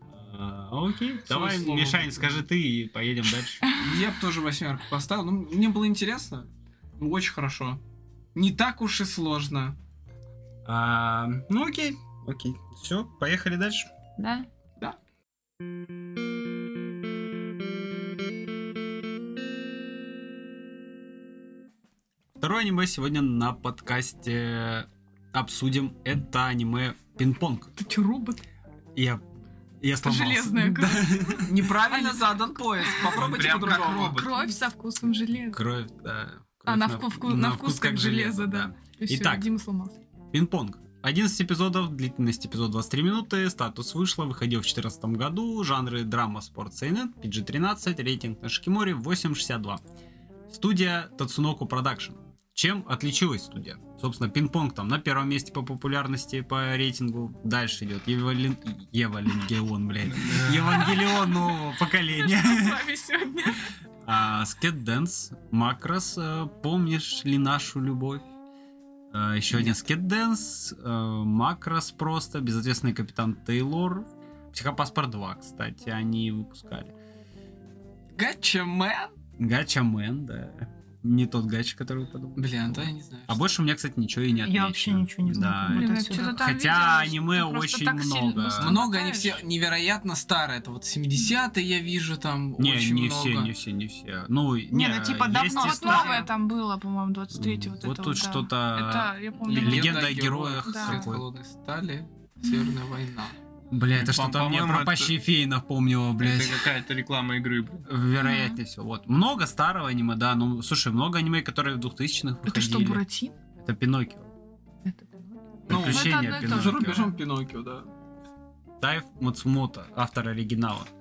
А, Окей, давай, слово. Мишань, скажи ты и поедем дальше. Я бы тоже восьмерку поставил. Ну, мне было интересно. Ну, очень хорошо. Не так уж и сложно. А, Ну окей, окей. Все, поехали дальше. Да? Второе аниме сегодня на подкасте обсудим. Это аниме «Пинг-понг». Ты че, робот? Я, я сломался. Железная Да. Неправильно задан поезд. Попробуйте Прям как по-другому. робот. Кровь со вкусом железа. Кровь, да. А, Кровь на, вку- вку- на вкус как железо, да. И всё, Итак. Дима сломался. Пинг-понг. одиннадцать эпизодов, длительность эпизод двадцать три минуты, статус вышло, выходил в две тысячи четырнадцатом году, жанры драма, спорт, сейнет, пи джи тринадцать, рейтинг на Шикиморе восемь шестьдесят два. Студия Татсуноку Продакшн. Чем отличилась студия? Собственно, пинг-понг там на первом месте по популярности, по рейтингу. Дальше идет Евалин... Евангелион, блядь. Евангелион нового поколения. Что с вами сегодня? А, Скет Дэнс, Макрос, э, помнишь ли нашу любовь? А, еще один Скет Дэнс, э, Макрос просто, безответственный капитан Тейлор, Психопаспорт два, кстати, они выпускали. Гачамен? Гача Мэн, да. Не тот гача, который вы подумали. Блин, да я не знаю. А больше у меня, кстати, ничего и не отмечено. Я вообще ничего не знаю. Да. Вот Блин, я отсюда. что-то там Хотя видела, аниме что просто очень так сильно много. быстро Много они мотаешь. все невероятно старые. Это вот семидесятые я вижу там Не, очень не много. все, не все, не все. Ну, не, ну, типа, есть давно и Ну, вот старые. новое там было, по-моему, двадцать третье. Вот, Вот это тут да. что-то... Это, я помню, Легенда о героях. Да. Свет какой. холодной стали. Северная война. Бля, это По- что-то мне по-моему, про это- Пащи феи напомнило, блядь. Это какая-то реклама игры, блядь. Вероятнее всего. Вот. Много старого аниме, да. Ну, слушай, много аниме, которые в двухтысячных Это что, выходили. Буратино? Это Пиноккио. Это Ну, Приключения это одно и то За же. Пиноккио. рубежом Пиноккио, да. Тайф Мацумото, автор оригинала.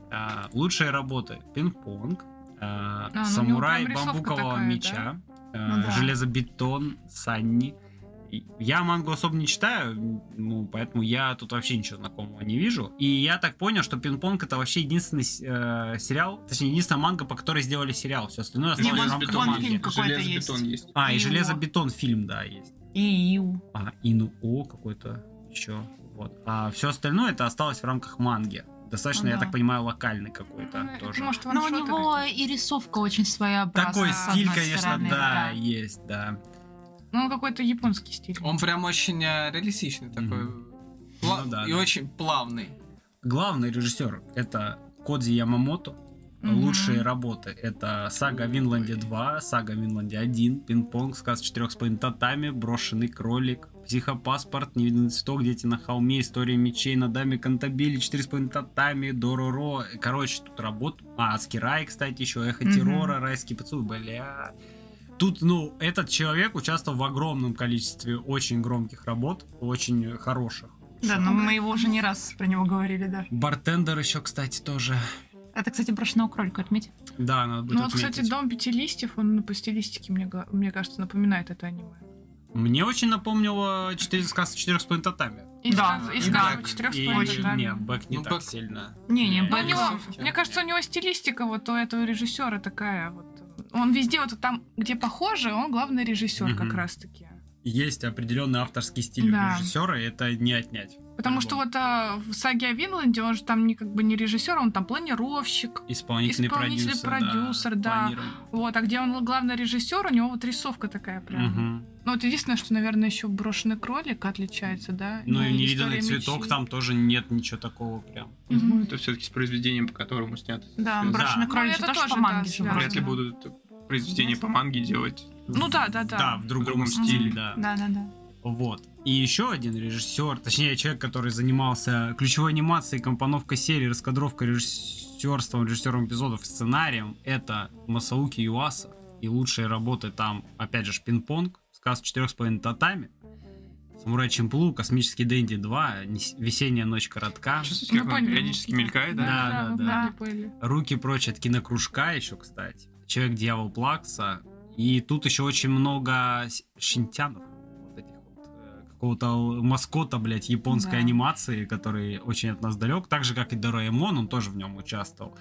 А, лучшие работы: Пинг-понг, а, ну, у него Самурай прям рисовка бамбукового такая, меча, а, Ну да. Железобетон, Санни. И Я мангу особо не читаю, ну, поэтому я тут вообще ничего знакомого не вижу. И я так понял, что Пинг-понг это вообще единственный э, сериал, точнее, единственная манга, по которой сделали сериал. Все остальное Не, осталось в вон- рамках вон манги. фильм какой-то Железобетон есть. есть. А, и И Железобетон фильм, да, есть. И Ил. А, Инуо какой-то еще. Вот. А все остальное это осталось в рамках манги. Достаточно, Ну я да. так понимаю, локальный какой-то Ну, это тоже. может Но у ваншоты него какие-то. и рисовка очень своеобразная. Такой с стиль, одной конечно, стороны, да, есть, да. Ну, он какой-то японский стиль. Он прям очень э, реалистичный такой. пла- Ну да, и да. очень плавный. Главный режиссер это Кодзи Ямамото. Мгм. Лучшие работы это Сага о Винланде два, Сага о Винланде один, Пинг-понг, Сказ четырех с половиной татами, Брошенный кролик, Психопаспорт, Невиданный цветок, Дети на холме, История мечей, Надами Кантабили, четыре с половиной татами, Дороро. Короче, тут работа. А, Адский рай, кстати, еще Эхо Мгм. террора, Райский поцелуй, бля. Тут, ну, этот человек участвовал в огромном количестве очень громких работ, очень хороших. Да, но мы его уже не раз про него говорили, да. Бартендер еще, кстати, тоже. Это, кстати, брошенного кролика отметь. Да, надо будет Ну, вот, отметить. кстати, «Дом пяти листьев», он ну, по стилистике, мне, га- мне кажется, напоминает это аниме. Мне очень напомнило четыре сказки четырех с половиной татами. И Да, сказ- и и сказка Бэк. четырех с И половиной очень. татами. нет, Бэк не Ну, так Бэк- сильно. Не, не, Ну, у Бэк- него, рисовки. мне кажется, у него стилистика вот у этого режиссера такая вот. Он везде вот там, где похоже, он главный режиссер Мгм. как раз-таки. Есть определенный авторский стиль Да. у режиссера, и это не отнять. Потому что вот а, в «Саге о Винланде» он же там не как бы не режиссер, он там планировщик. Исполнительный, исполнительный продюсер, продюсер, да. планирован. Вот, а где он главный режиссер, у него вот рисовка такая прям. Мгм. Ну вот единственное, что, наверное, еще «Брошенный кролик» отличается, да? Ну и «История невиданный цветок, мечей». там тоже нет ничего такого прям. Мгм. Ну, это все-таки с произведением, по которому снято. Да, Всё. брошенный Да. кролик Ну, это тоже тоже, по да, манге же связано. Вряд ли вроде. будут произведения по манге делать. Ну да, да, да. Да, в другом, другом стиле, стиле. да. Да, да, да. Вот. И еще один режиссер, точнее человек, который занимался ключевой анимацией, компоновкой серии, раскадровкой, режиссерством, режиссером эпизодов, сценарием, это Масауки Юаса. И лучшие работы там, опять же, Пинг-понг, Сказ четырех с половиной татами, Самурай Чемплу, Космический Дэнди два, Нес- Весенняя ночь коротка, Чувствуете, как Ну, он понятно. периодически мелькает, да? Да, да, мы да. поняли. Руки прочь от кинокружка еще, кстати. Человек-дьявол Плакса. И тут еще очень много с- шинтянов. Вот этих вот, э, какого-то маскота, блядь, японской Да. анимации, который очень от нас далек. Так же, как и Дораэмон, он тоже в нем участвовал.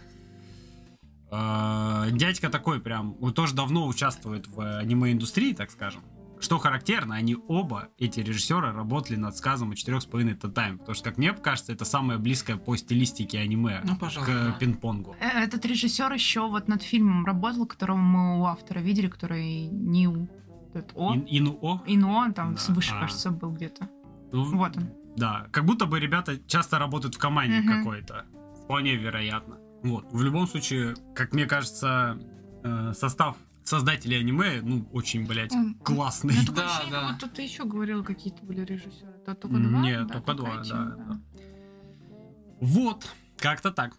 Э, Дядька такой прям, он тоже давно участвует в аниме-индустрии, так скажем. Что характерно, они оба, эти режиссеры, работали над сказом о четырех с половиной татами. Потому что, как мне кажется, это самое близкое по стилистике аниме Ну, пожалуй, к да. пинг-понгу. Э, Этот режиссер еще вот над фильмом работал, которого мы у автора видели, который Ниу. Этот О. Ин- Инуо? Ино, там Да. выше, А. кажется, был где-то. Ну, Вот он. Да, как будто бы ребята часто работают в команде Мгм. какой-то. Вполне вероятно. Вот. В любом случае, как мне кажется, э, состав создателей аниме, ну, очень, блядь, Он- классный. Я такое Да, ощущение, да. как будто ты еще говорил, какие-то были режиссеры. Это только М, два? нет, Да, только два, один, да, да. Вот, как-то так.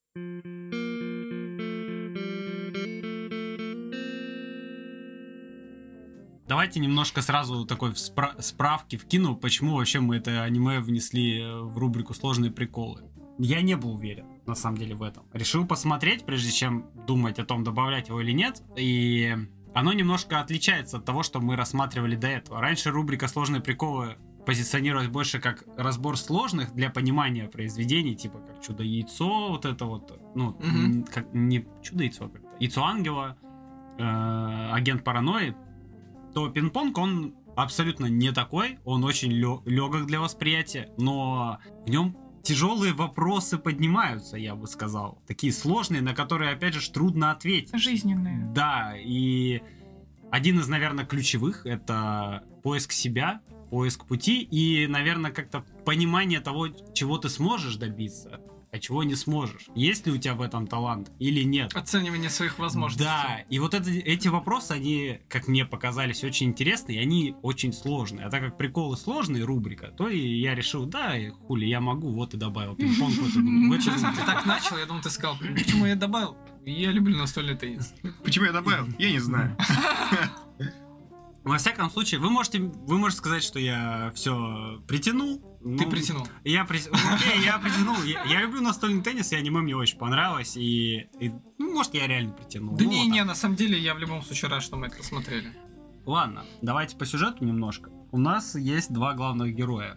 Давайте немножко сразу такой спра- справки вкину, почему вообще мы это аниме внесли э, в рубрику «Сложные приколы». Я не был уверен, на самом деле, в этом. Решил посмотреть, прежде чем думать о том, добавлять его или нет. И оно немножко отличается от того, что мы рассматривали до этого. Раньше рубрика «Сложные приколы» позиционировалась больше как разбор сложных для понимания произведений, типа как «Чудо-яйцо», вот это вот, ну, Мгм. м, как, не «Чудо-яйцо», как-то, «Яйцо ангела», э, «Агент паранойи», то пинг-понг, он абсолютно не такой, он очень легок для восприятия, но в нем тяжелые вопросы поднимаются, я бы сказал. Такие сложные, на которые, опять же, трудно ответить. Жизненные. Да, и один из, наверное, ключевых — это поиск себя, поиск пути и, наверное, как-то понимание того, чего ты сможешь добиться, а чего не сможешь. Есть ли у тебя в этом талант или нет? Оценивание своих возможностей. Да, и вот это, эти вопросы, они, как мне показались, очень интересные, и они очень сложные. А так как приколы сложные, рубрика, то и я решил, да, и хули, я могу, вот и добавил пинг-понг в эту- в эту Сейчас рубрику. ты так начал, я думал, ты сказал, почему я добавил? Я люблю настольный теннис. Почему я добавил? Я не знаю. Во всяком случае, вы можете, вы можете сказать, что я все притянул. Ты Ну, притянул. Я, при... Окей, я притянул. Я, я люблю настольный теннис, и аниме мне очень понравилось. И, и ну, может, я реально притянул. Да Ну, не, вот не, так. на самом деле я в любом случае рад, что мы это посмотрели. Ладно, давайте по сюжету немножко. У нас есть два главных героя.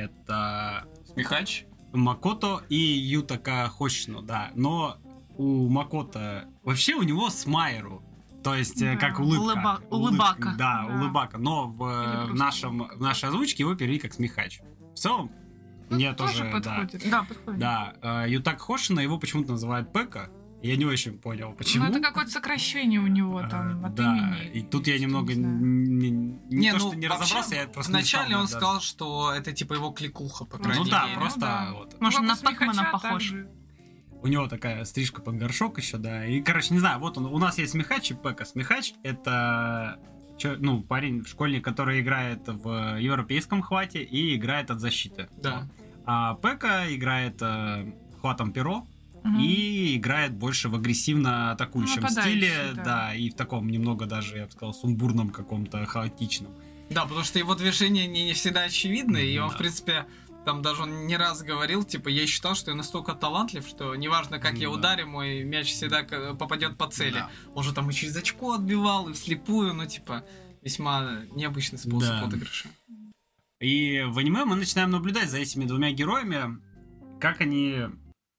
Это Смехач? Макото и Ютака Хошино, да. Но у Макото... Вообще у него смайру. То есть, э, Да. как улыбка. Улыба- Улыбка, улыбака. Да, Да. улыбака. Но в, Или э, в, просто нашем, в нашей озвучке его перевели как смехач. В целом, Ну, мне тоже тоже... да. подходит. Да, подходит. Да, э, Ютак Хошина, его почему-то называют Пека. Я не очень понял, почему. Ну, это какое-то сокращение у него там Э, от да, имени. и тут я Что, немного не знаю. не, не, Не, то, ну, что не вообще, разобрался, я просто не Вначале стал, он да, даже. сказал, что это типа его кликуха, по Ну крайней Ну да, мере. просто да. вот. Может, Ну, на как у смехача, Пэкмана так похож. же. У него такая стрижка под горшок еще, да. И, короче, не знаю, вот он, у нас есть смехач и Пека. Смехач — это чё- ну, парень, школьник, который играет в европейском хвате и играет от защиты. Да. А Пека играет э, хватом перо Мгм. и играет больше в агрессивно атакующем Нападающий, стиле, да. да, и в таком немного даже, я бы сказал, сумбурном каком-то, хаотичном. Да, потому что его движения не, не всегда очевидны, и он, Да. в принципе, там даже он не раз говорил, типа, я считал, что я настолько талантлив, что неважно, как я Да. ударю, мой мяч всегда к- попадет по цели. Да. Он же там и через очко отбивал, и вслепую, ну, типа, весьма необычный способ Да. отыгрыша. И в аниме мы начинаем наблюдать за этими двумя героями, как они...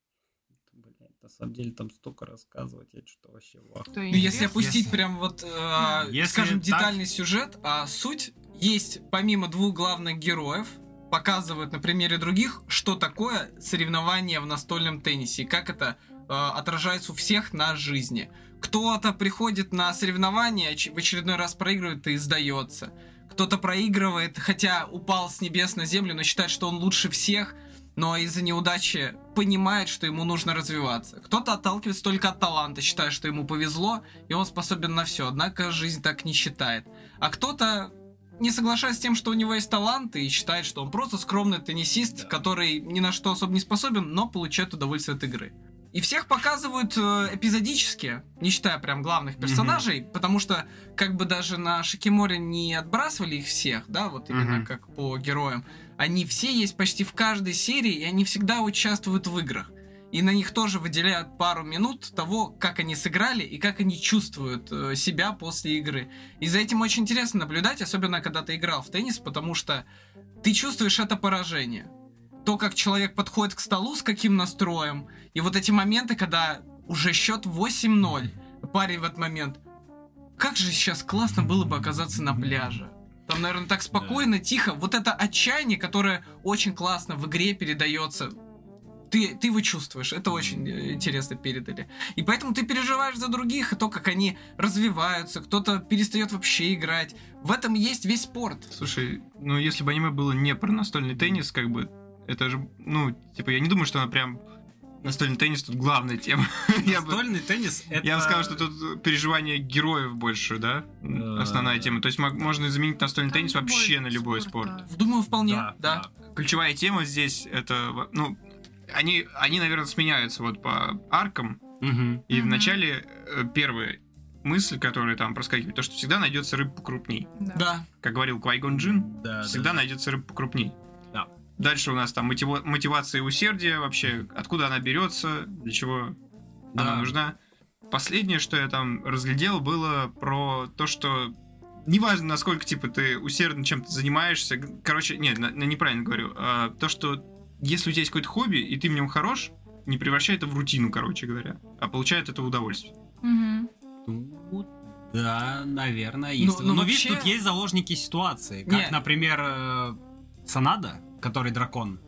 Блядь, на самом деле там столько рассказывать, я что-то вообще в ахуе. Что Ну, если интересно. опустить Если- прям вот, э, Если скажем, так- детальный сюжет, а суть есть, помимо двух главных героев, показывают на примере других, что такое соревнование в настольном теннисе, и как это э, отражается у всех на жизни. Кто-то приходит на соревнования, оч- в очередной раз проигрывает и сдается. Кто-то проигрывает, хотя упал с небес на землю, но считает, что он лучше всех, но из-за неудачи понимает, что ему нужно развиваться. Кто-то отталкивается только от таланта, считая, что ему повезло, и он способен на все. Однако жизнь так не считает. А кто-то не соглашается с тем, что у него есть талант, и считает, что он просто скромный теннисист, Да. который ни на что особо не способен, но получает удовольствие от игры. И всех показывают э, эпизодически, не считая прям главных персонажей, потому что как бы даже на Шикиморе не отбрасывали их всех, да, вот именно Мгм. как по героям, они все есть почти в каждой серии, и они всегда участвуют в играх. И на них тоже выделяют пару минут того, как они сыграли и как они чувствуют э, себя после игры. И за этим очень интересно наблюдать, особенно когда ты играл в теннис, потому что ты чувствуешь это поражение. То, как человек подходит к столу, с каким настроем, и вот эти моменты, когда уже счет восемь ноль, парень в этот момент, как же сейчас классно было бы оказаться на пляже. Там, наверное, так спокойно, тихо. Вот это отчаяние, которое очень классно в игре передается. Ты, ты его чувствуешь, это очень э, интересно передали. И поэтому ты переживаешь за других, и то, как они развиваются, кто-то перестает вообще играть. В этом есть весь спорт. Слушай, ну если бы аниме было не про настольный теннис, как бы, это же, ну, типа, я не думаю, что она прям... Настольный теннис тут главная тема. Я бы- Настольный теннис — это... Я бы сказал, что тут переживание героев больше, да? Э, Основная тема. То есть мог- можно заменить настольный Там теннис вообще на любой спорт. да. Думаю, вполне, Да, да. да. Ключевая тема здесь это, во- ну, они, они, наверное, сменяются вот по аркам. Мгм. И Мгм. вначале э, первая мысль, которая там проскакивает, то, что всегда найдется рыба покрупней. Да. Да. Как говорил Квай-Гон Джин, Да, всегда да. найдется рыба покрупней. Да. Дальше у нас там мотива- мотивация и усердие вообще, откуда она берется, для чего Да. она нужна. Последнее, что я там разглядел, было про то, что неважно, насколько типа ты усердно чем-то занимаешься, г- короче, нет, на- на- неправильно говорю, а, то, что если у тебя есть какое-то хобби, и ты в нем хорош, не превращай это в рутину, короче говоря, а получай от этого удовольствие. Мгм. Ну, да, наверное, есть. ну, Но, видишь, вообще- тут есть заложники ситуации. Как, Не. например, э, Санада, который дракон.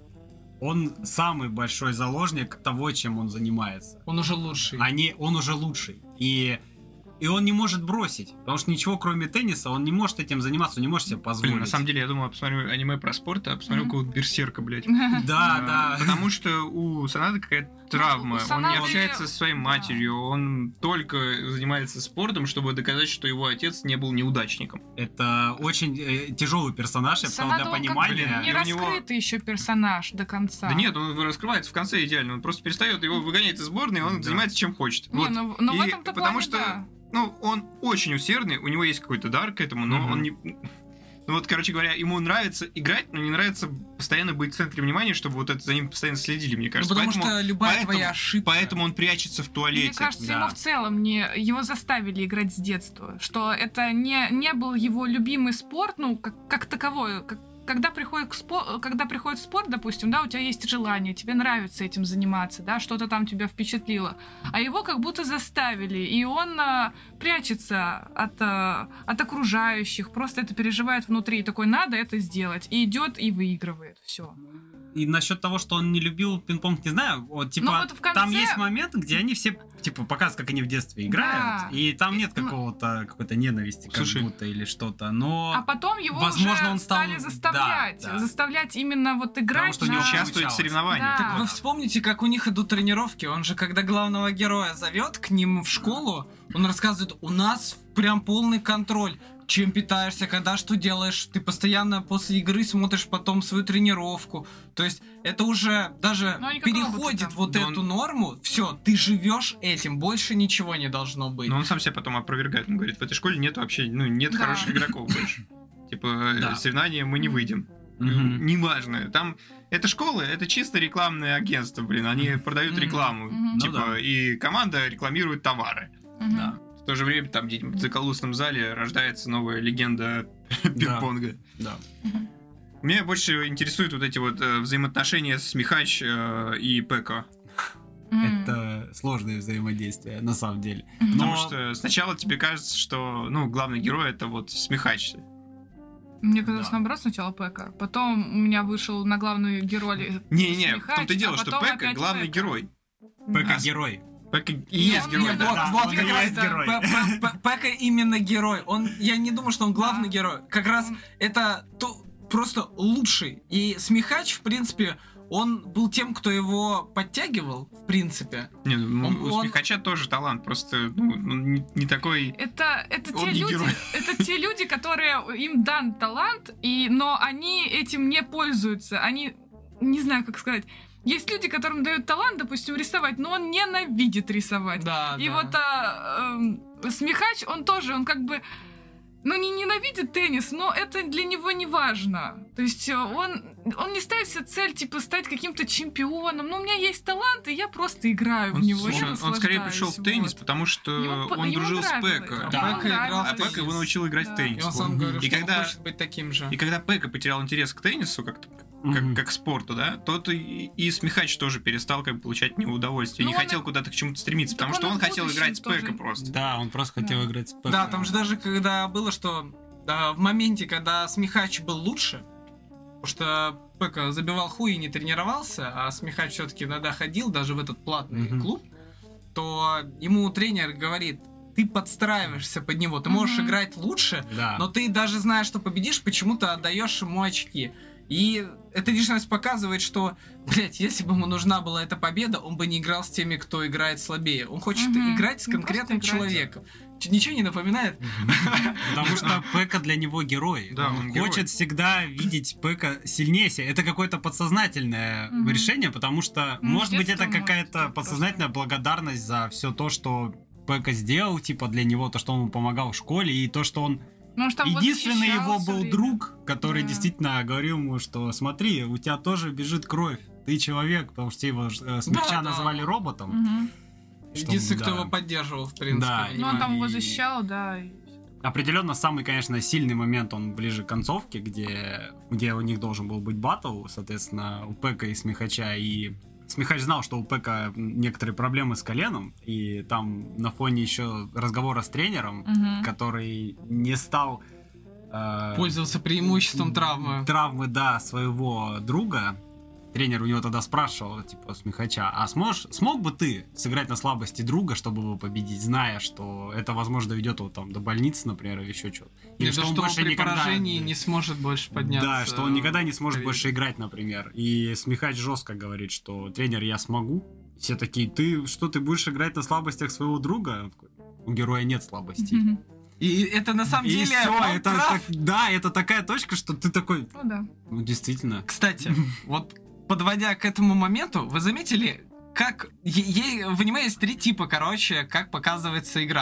Он самый большой заложник того, чем он занимается. Он уже лучший. Они, он уже лучший. И, и он не может бросить. Потому что ничего, кроме тенниса, он не может этим заниматься, он не может себе позволить. Блин, на самом деле, я думал, я посмотрю аниме про спорт, а посмотрю Мгм. какого-то берсерка, блядь. Да, А, да. Потому что у Санады какая-то травма, у он не Санады- общается со своей да. матерью, он только занимается спортом, чтобы доказать, что его отец не был неудачником. Это очень э, тяжелый персонаж, я бы сказал, Санада, для он как понимания. блин, не и у него- раскрытый еще персонаж до конца. Да нет, он раскрывается в конце идеально, он просто перестает, его выгоняет из сборной, и он Да. занимается чем хочет. Не, Вот. ну, ну в И этом-то потому плане, что да. ну, он очень усердный, у него есть какой-то дар к этому, но Мгм. он не... Ну вот, короче говоря, ему нравится играть, но не нравится постоянно быть в центре внимания, чтобы вот это за ним постоянно следили, мне Ну, кажется. потому Поэтому- что любая поэтому- твоя ошибка... Поэтому он прячется в туалете. Мне кажется, да. ему в целом не его заставили играть с детства, что это не, не был его любимый спорт, ну, как, как таковой. Как- когда, приходит к спо- когда приходит в спорт, допустим, да, у тебя есть желание, тебе нравится этим заниматься, да, что-то там тебя впечатлило, а его как будто заставили, и он а, прячется от, а, от окружающих, просто это переживает внутри, и такой, надо это сделать, и идет и выигрывает, все. И насчет того, что он не любил пинг-понг, не знаю. Вот, типа, Ну, вот в конце- там есть момент, где они все, типа, показывают, как они в детстве играют, Да. и там нет Ну- какого-то, какой-то ненависти, как Слушай. будто, или что-то, но... А потом его возможно, уже он стал- стали заставлять, да, да. заставлять именно вот играть что Не не на- участвует участвует в получалось. соревнованиях. Да. Так вы вспомните, как у них идут тренировки. Он же, когда главного героя зовет к ним в школу, он рассказывает, у нас прям полный контроль. Чем питаешься, когда что делаешь. Ты постоянно после игры смотришь потом свою тренировку. То есть это уже даже Ну, они как роботы переходит там. вот Да эту он- норму. Все, ты живешь этим, больше ничего не должно быть. Но он сам себя потом опровергает. Он говорит, в этой школе нет вообще, ну, нет Да. хороших игроков больше. Типа, Да. э, соревнования мы не выйдем. Мгм. Неважно. Там это школы, это чисто рекламное агентство, блин. Они продают Мгм. рекламу. Мгм. Ну Типа, да. и команда рекламирует товары. Мгм. Да. В то же время там где-нибудь в заколустном зале рождается новая легенда пинг-понга. Да. Меня больше интересуют вот эти вот э, взаимоотношения с Михач э, и Пеко. М. Это сложное взаимодействие, на самом деле. Мгм. Потому Но- что сначала тебе кажется, что, ну, главный герой это вот Смехач. Мне казалось, Да. наоборот, сначала Пека. Потом у меня вышел на главную герой Не-не, в Смехач, том-то и дело, а что потом Пека опять главный Пека. герой. Пека А, герой. Пека и Нет, есть нет, герой. вот, да, вот он как и раз есть герой. П- П- П- Пека именно герой. Он, я не думаю, что он главный Да. герой. Как раз это то, просто лучший. И Смехач, в принципе, он был тем, кто его подтягивал, в принципе. Не, ну, Он- у он- Смехача тоже талант, просто ну, он не, не такой... Это, это Он те не люди, герой. это те люди, которые им дан талант, и, но они этим не пользуются. Они, не знаю, как сказать. Есть люди, которым дают талант, допустим, рисовать, но он ненавидит рисовать. Да, И да. вот а, эм, Смехач, он тоже, он как бы, ну, не ненавидит теннис, но это для него не важно. То есть э, он, он не ставит себе цель, типа, стать каким-то чемпионом. Ну, у меня есть талант, и я просто играю в Он, него. слушай, я он скорее наслаждаюсь, пришел в теннис, вот. потому что Ему по- он ему дружил с нравилось. Пеко. Да, Да, ему Пека играл в А нравилось. Пека его научил играть Да. в теннис. И он сам говорил, И что когда- он хочет быть таким же. И когда Пека потерял интерес к теннису, как, как, Мгм. как к спорту, да, то и, и Смехач тоже перестал как бы, получать от него удовольствие. Ну, не он хотел и- куда-то к чему-то стремиться, Так потому что он и он в хотел будущем играть с тоже. Пеко просто. Да, он просто хотел Да. играть с Пека. Да, там же даже когда было, что да, в моменте, когда Смехач был лучше, потому что Пека забивал хуй и не тренировался, а Смехач все-таки иногда ходил даже в этот платный Мгм. клуб, то ему тренер говорит, ты подстраиваешься под него, ты можешь Мгм. играть лучше, Да. но ты даже зная, что победишь, почему-то отдаешь ему очки. И это лишний раз показывает, что, блядь, если бы ему нужна была эта победа, он бы не играл с теми, кто играет слабее. Он хочет Мгм. играть с Ну, конкретным просто играть. человеком. Ч- Ничего не напоминает? Потому что Пека для него герой. Да, он он герой. хочет всегда видеть Пека сильнее себя. Это какое-то подсознательное Мгм. решение, потому что, Ну, может быть, детство, это может, какая-то это подсознательная благодарность за все то, что Пека сделал, типа, для него, то, что он ему помогал в школе, и то, что он Может, там его единственный защищал его всё был время. друг, который Да. действительно говорил ему, что смотри, у тебя тоже бежит кровь, ты человек, потому что его э, смягча Да, да. называли роботом. Мгм. Что, Единственный, кто да. его поддерживал, в принципе. Да, Ну, он там его И- защищал, да. и- Определенно, самый, конечно, сильный момент, он ближе к концовке, где, где у них должен был быть баттл, соответственно, у Пека и Смехача, и Смехач знал, что у Пека некоторые проблемы с коленом, и там на фоне еще разговора с тренером, Мгм. который не стал... э, Пользовался преимуществом травмы. Травмы, да, своего друга. Тренер у него тогда спрашивал, типа, Смехача, а сможешь, смог бы ты сыграть на слабости друга, чтобы его победить, зная, что это, возможно, доведет его там до больницы, например, или еще что-то? Или что, что он при поражении не сможет больше подняться. Да, что он никогда не сможет в больше играть, например. И Смехач жестко говорит, что тренер, я смогу. Все такие, ты что, ты будешь играть на слабостях своего друга? Он такой, у героя нет слабостей. Мгм. И это на самом И деле... все, он это прав. так- да, это такая точка, что ты такой, Ну да. ну действительно. Кстати, вот подводя к этому моменту, вы заметили, как... е- е- В аниме есть три типа, короче, как показывается игра.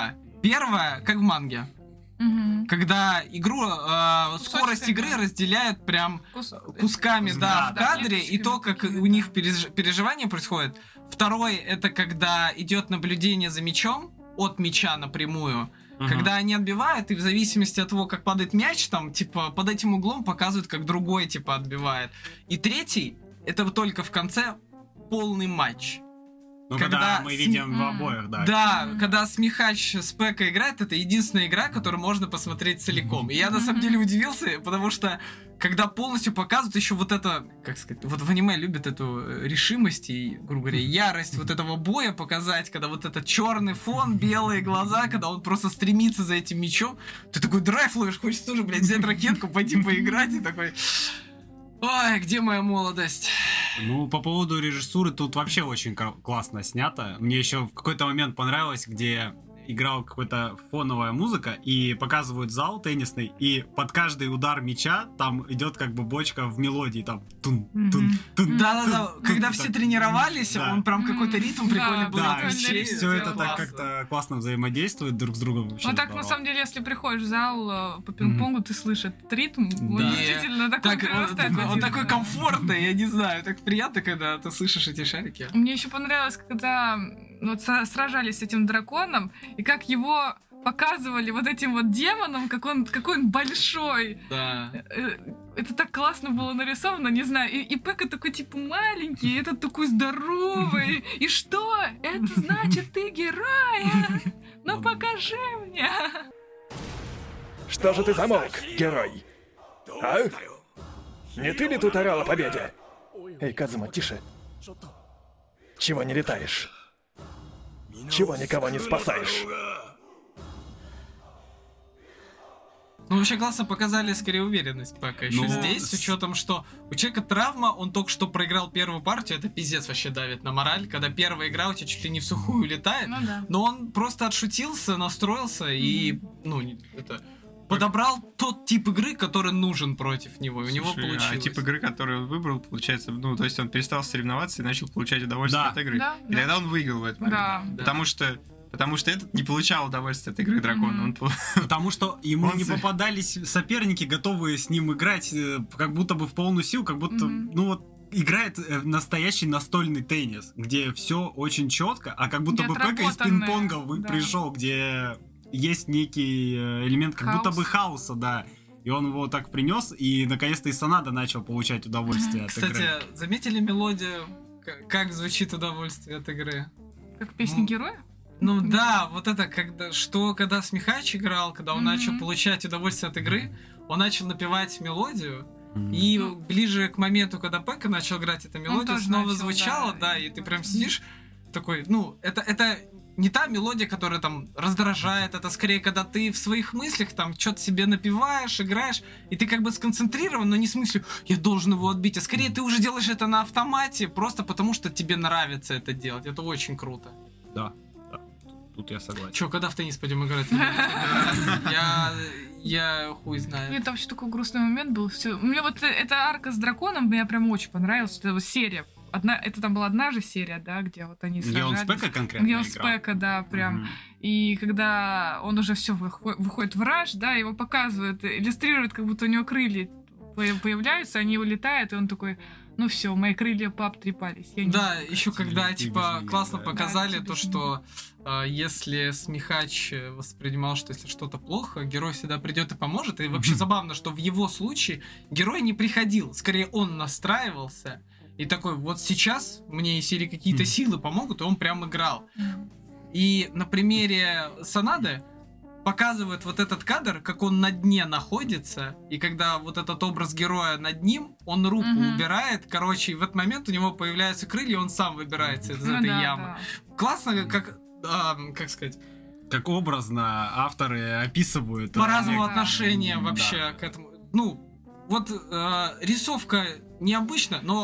Первое, как в манге. Мгм. Когда игру, э, скорость Кусочек, игры да. разделяют прям Кусок. кусками, да, Да, в да. кадре, и то, как у них переж- переживания происходят. Второй, это когда идет наблюдение за мячом, от мяча напрямую. Ага. Когда они отбивают, и в зависимости от того, как падает мяч, там, типа, под этим углом показывают, как другой, типа, отбивает. И третий, это вот только в конце полный матч. Ну, когда когда мы см- видим в М. обоих, да. Да, Мгм. когда Смехач с Пэкой играет, это единственная игра, которую можно посмотреть целиком. И я на самом Мгм. деле удивился, потому что когда полностью показывают еще вот это, как сказать, вот в аниме любят эту э, решимость и, грубо говоря, ярость вот этого боя показать, когда вот этот черный фон, белые глаза, когда он просто стремится за этим мячом, ты такой драйв ловишь, хочется тоже, блядь, взять ракетку, пойти поиграть, и такой... Ой, где моя молодость? Ну, по поводу режиссуры, тут вообще очень ка- классно снято. Мне еще в какой-то момент понравилось, где играла какая-то фоновая музыка, и показывают зал теннисный, и под каждый удар мяча там идет как бы бочка в мелодии, там тун тун Мгм. тун. Да-да-да, тун, когда тун, все так. тренировались, Да. он прям какой-то ритм М, прикольный да, был. Да, от прикольный мячей, ритм все это сделал, так классно. как-то классно взаимодействует друг с другом. Вообще Ну так, здорово. на самом деле, если приходишь в зал э, по пинг-понгу, ты слышишь этот ритм, он Да. действительно такой Так, он, прирастает в он один, такой да. комфортный, я не знаю, так приятно, когда ты слышишь эти шарики. Мне еще понравилось, когда ну, вот со- сражались с этим драконом, и как его показывали вот этим вот демоном, как он, какой он большой. Да. Э, Это так классно было нарисовано, не знаю. И, и Пэка такой, типа, маленький, и этот такой здоровый. И что? Это значит, ты герой? а? Ну покажи мне. Что же ты замолк, герой? А? Не ты ли тут орал о победе? Эй, Казума, тише. Чего не летаешь? Чего никого не спасаешь? Ну, вообще классно показали, скорее, уверенность пока еще Ну, здесь, с с- учетом, что у человека травма, он только что проиграл первую партию, это пиздец вообще давит на мораль, когда первая игра у тебя чуть ли не в сухую летает, Ну да. но он просто отшутился, настроился и, ну, не- это... Подобрал тот тип игры, который нужен против него, и у него Слушай, получилось. А тип игры, который он выбрал, получается, ну, то есть он перестал соревноваться и начал получать удовольствие Да. от игры. Да, И да. тогда он выиграл в этот момент. Да. Да. Потому что Потому что этот не получал удовольствия от игры дракона. Мгм. Он пол- Потому что ему Он не за- попадались соперники, готовые с ним играть, э, как будто бы в полную силу, как будто, Мгм. ну вот, играет э, настоящий настольный теннис, где все очень четко, а как будто Где бы Пэка из отработанное, пинг-понга вы- да. пришел, где есть некий э, элемент как будто бы Хаос. хаоса, да. И он его так принес, и наконец-то и Санада начал получать удовольствие от Кстати, игры. заметили мелодию, к- как звучит удовольствие от игры? Как песня Ну, героя? Ну да, вот это, когда, что когда Смехач играл, когда он Мгм. начал получать удовольствие от игры, он начал напевать мелодию, Мгм. и Ну. ближе к моменту, когда Пэка начал играть эту мелодию, тоже снова начал, звучала, да, да, и- и ты прям сидишь такой, ну, это, это не та мелодия, которая там раздражает, это скорее, когда ты в своих мыслях там что-то себе напеваешь, играешь, и ты как бы сконцентрирован, но не в смысле, я должен его отбить, а скорее ты уже делаешь это на автомате, просто потому что тебе нравится это делать, это очень круто. Да, да, тут я согласен. Че, когда в теннис пойдем играть? Я, я хуй знаю. Нет, там вообще такой грустный момент был. Всё. Мне вот э- эта арка с драконом мне прям очень понравилась. Это вот серия. Одна, это там была одна же серия, да, где вот они Где он с сражались. Пэка конкретно Где он с играл? Пэка, да, прям. Мгм. И когда он уже все выходит в раж, да, его показывают, иллюстрируют, как будто у него крылья по- появляются, они улетают, и он такой, ну все, мои крылья пообтрепались. Я не Да, буду еще Ты когда, без типа, меня, классно да. показали Да, то, без что э, если Смехач э, воспринимал, что если что-то плохо, герой всегда придет и поможет. И вообще Мгм. забавно, что в его случае герой не приходил. Скорее, он настраивался. И такой, вот сейчас мне из серии какие-то Мгм. силы помогут, и он прям играл. Мгм. И на примере Санады показывает вот этот кадр, как он на дне находится, и когда вот этот образ героя над ним, он руку Мгм. убирает, короче, и в этот момент у него появляются крылья, и он сам выбирается из Ну этой да, ямы. да. Классно, как, а, как сказать, Как образно авторы описывают. э, по-разному Да. отношение Да. вообще к этому. Ну, вот э, рисовка необычна, но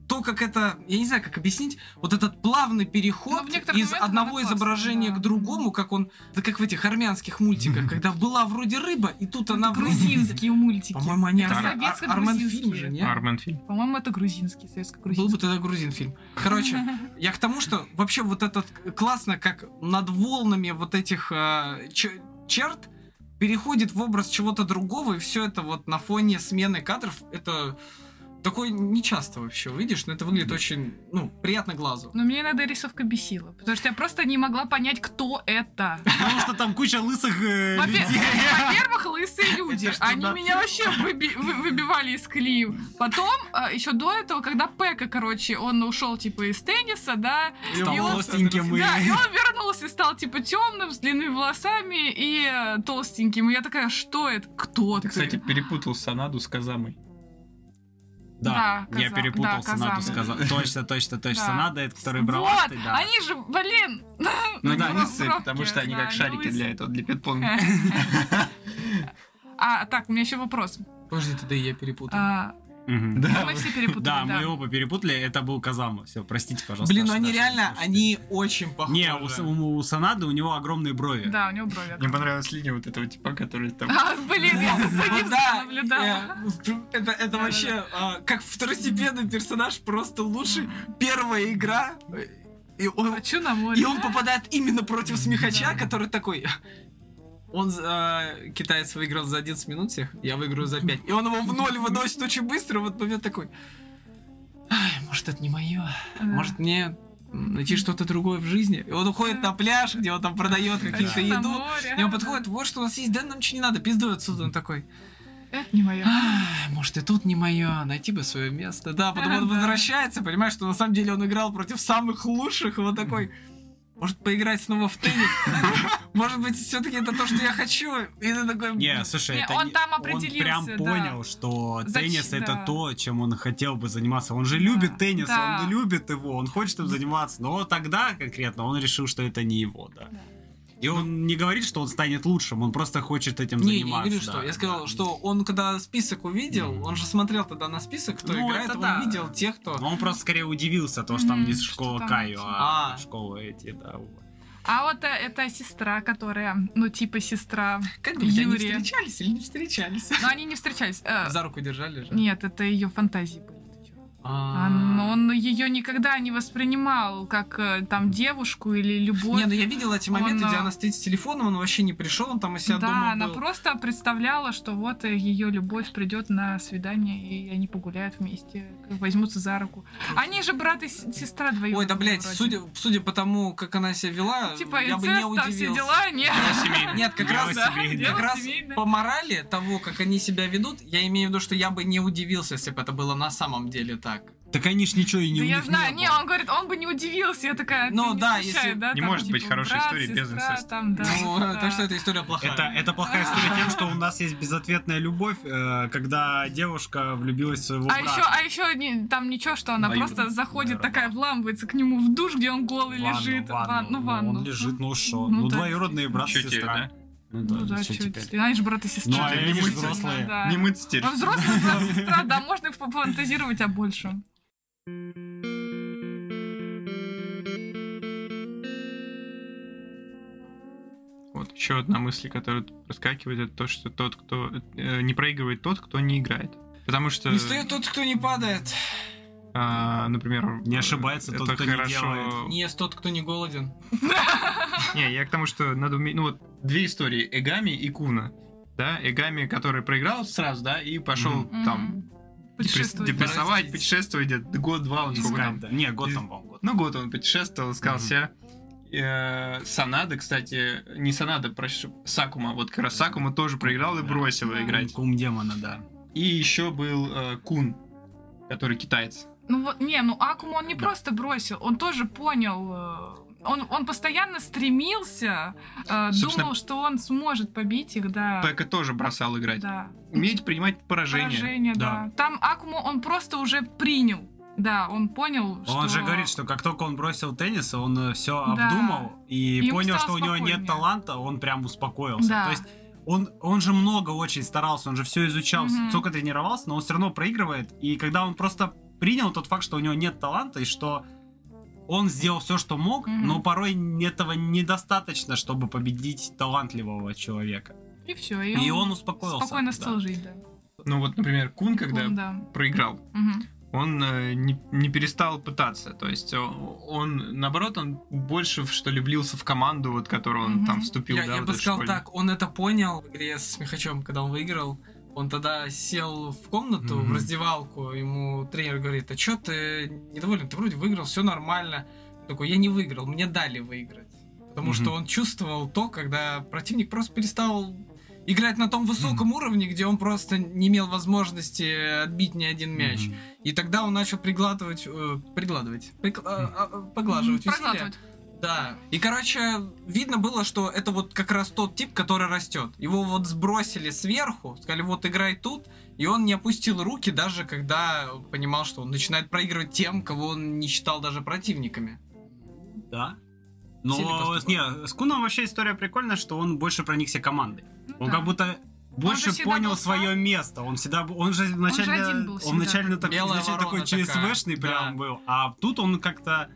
то, как это, я не знаю, как объяснить, вот этот плавный переход Ну, в некоторых из моментах одного это классно, изображения да. к другому, как он, да как в этих армянских мультиках, когда была вроде рыба, и тут она вроде... Грузинские мультики. По-моему, они Это ар- ар- советско-грузинские. Армен-фильм же, не? Армен-фильм. По-моему, это грузинский, Был советско-грузинский. бы тогда грузин фильм. Короче, я к тому, что вообще вот этот классно, как над волнами вот этих э, ч- черт переходит в образ чего-то другого, и все это вот на фоне смены кадров, это такое не часто вообще увидишь, но это выглядит очень, ну, приятно глазу. Но мне иногда рисовка бесила, потому что я просто не могла понять, кто это. Потому что там куча лысых э, Во-пе- людей. Во-первых, лысые люди. Это что, Они нацисты? меня вообще выби- вы- выбивали из колеи. Потом, еще до этого, когда Пека, короче, он ушел типа из тенниса, да, Стал и он- толстеньким и... да, и он вернулся, стал типа темным, с длинными волосами и э, толстеньким. И я такая, что это? Кто Ты, ты? кстати, перепутал Санаду с Казамой. Да, Да, я Каза- перепутал да, Санаду с Казамой. Каза- Точно, точно, точно. Да. Санада, это который Вот, бравастый, да. они же, блин. Ну да, они Лысые, бровки, потому что они да, как они шарики для лысые. этого, для пинг-понга. А, так, у меня еще вопрос. Подожди, тогда и я перепутал. А, Мгм. Да, мы все перепутали, Да, да. мы оба перепутали, это был Казама. Все, простите, пожалуйста. Блин, ну что они даже реально, слушайте. они очень похожи. Не, у, С- у- у Санады у него огромные брови. Да, у него брови. Мне огромные. понравилась линия вот этого типа, который там... А, блин, я за Ну ним да, наблюдала. э, это, это вообще а, как второстепенный персонаж, просто лучший. Первая игра, э, и он, Хочу на море. и он попадает именно против смехача, который такой... Он, э, китаец, выиграл за одиннадцать минут всех, я выиграю за пять. И он его в ноль выносит очень быстро, вот момент такой... Ай, может, это не мое. Да. Может, мне найти что-то другое в жизни. И он уходит на пляж, где он там продает какие-то Хочу на еду. море. И он подходит, вот что у нас есть, да нам ничего не надо, пиздуй отсюда. Он такой, Это не мое. «Ай, может, и тут не мое, найти бы свое место. Да, потом он Да. возвращается, понимаешь, что на самом деле он играл против самых лучших, и вот такой, может, поиграть снова в теннис? Может быть, все-таки это то, что я хочу? И ты такой... Не, слушай, Не, это он не- там Он определился, прям да. понял, что Зач- теннис это да. то, чем он хотел бы заниматься. Он же любит теннис, да. он любит его, он хочет им заниматься. Но тогда конкретно он решил, что это не его, да. И он не говорит, что он станет лучшим, он просто хочет этим Не, не заниматься. говорю, да, что. Я да. сказал, что он, когда список увидел, Мгм. он же смотрел тогда на список, кто Ну, играет, это он да. видел тех, кто... Но он просто скорее удивился, то, что там не Мгм, школа что там Каю, эти. а, А. школа эти, да. А вот э, эта сестра, которая, ну, типа сестра. Как бы они Юрия. встречались или не встречались? Но они не встречались. Э, За руку держали же. Нет, это ее фантазии были. ты чё. А. А, но он ее никогда не воспринимал как э, там девушку или любовь. Не, ну я видел эти моменты, Он, где а, она стоит с телефоном, он вообще не пришел, он там у себя Да, дома она был. просто представляла, что вот ее любовь придет на свидание, и они погуляют вместе, возьмутся за руку. Они же брат и с- сестра двоюродные. Ой, да, блядь, вроде. судя, судя по тому, как она себя вела, Типа я бы не инцест, там все удивился. дела, нет. Нет, как Дело раз, семейное. дело как раз семейное. по морали того, как они себя ведут, я имею в виду, что я бы не удивился, если бы это было на самом деле так. Так они ж ничего и не Да у я них знаю, не не, было. он говорит, он бы не удивился, я такая, Ну «Ты не да, смущай, если- да, Не там, может быть типа, хорошей брат, истории без сестра, инцеста. там, да, Ну, да. так что эта история плохая. Это, это плохая история тем, что у нас есть безответная любовь, э, когда девушка влюбилась в своего А брата. еще, а еще не, там ничего, что она Двоюродная. просто заходит Наверное, такая, вламывается к нему в душ, где он голый Ванну, лежит. ванну, Ван- ну, ну, ванну. Он лежит, ну что? Ну Ну, да, двоюродные брат и Чё тебе, сестра. да? Ну Ну да, чё чё теперь? теперь? Они же брат и сестра. Ну, а они они же мысленно, взрослые. Да. Не мыть теперь. Ну, взрослый брат и сестра, да, можно их пофантазировать о большем. Вот еще одна мысль, которая тут проскакивает, это то, что тот, кто э, не проигрывает тот, кто не играет. Потому что, Не встает тот, кто не падает. а, например, Не ошибается это тот, кто не хорошо... делает. Не ест тот, кто не голоден. Не, я к тому, что надо уметь... Ну вот, две истории. Эгами и Куна. Да, Эгами, который проиграл сразу, да, и пошел Мгм. там Мгм. депресс- Путешествовать. депрессовать, Простите. путешествовать где-то год-два, он сколько Искать, там. да. Не, год Из- там, по-моему, год. Ну, год он путешествовал, искал Мгм. себя. Э, Санада, кстати, не Санада, прошу, Сакума. Вот как раз Сакума тоже проиграл и Да. бросил Да. играть. Кум демона, да. И еще был э, Кун, который китаец. Ну вот, не, ну Акуму он не Да. просто бросил, он тоже понял, э, он, он постоянно стремился, э, Собственно, думал, что он сможет побить их, да. Пэка тоже бросал играть. Да. Уметь принимать поражение. Поражение, да. Да. Там Акуму он просто уже принял. Да, он понял, что... Он же говорит, что как только он бросил теннис, он все Да. обдумал и Ему понял, стало что у него нет спокойнее. таланта, он прям успокоился. Да. То есть он, он же много очень старался, он же все изучал, Мгм. сколько тренировался, но он все равно проигрывает. И когда он просто принял тот факт, что у него нет таланта, и что он сделал все, что мог, Мгм. но порой этого недостаточно, чтобы победить талантливого человека. И все. И он успокоился. Спокойно да. стал жить, да. Ну вот, например, Кун, когда Он, да. проиграл, Мгм. он э, не, не перестал пытаться. То есть о- он, наоборот, он больше, в- что ли, влился в команду, вот, в которую он Мгм. там вступил. Я, да, я вот бы эту сказал школьную. так, он это понял в игре с Михачем, когда он выиграл. Он тогда сел в комнату, Мгм. в раздевалку, ему тренер говорит, а чё ты недоволен, ты вроде выиграл, все нормально. Он такой, я не выиграл, мне дали выиграть. Потому Мгм. что он чувствовал то, когда противник просто перестал играть на том высоком уровне, где он просто не имел возможности отбить ни один мяч. Мгм. И тогда он начал приглатывать, э, пригладывать, прик- а, а, поглаживать Мгм. усилия. Проглатывать. Да. И, короче, видно было, что это вот как раз тот тип, который растет. Его вот сбросили сверху, сказали, вот играй тут, и он не опустил руки, даже когда понимал, что он начинает проигрывать тем, кого он не считал даже противниками. Да. Сильный Но поступок. не, с Куном вообще история прикольная, что он больше проникся командой. Ну Он да. как будто больше же всегда понял был свое сам. место. Он всегда, б- он же вначале, один был он всегда. вначале так- Белая изначально такой ворона такая. ЧСВшный прям Да. был, а тут он как-то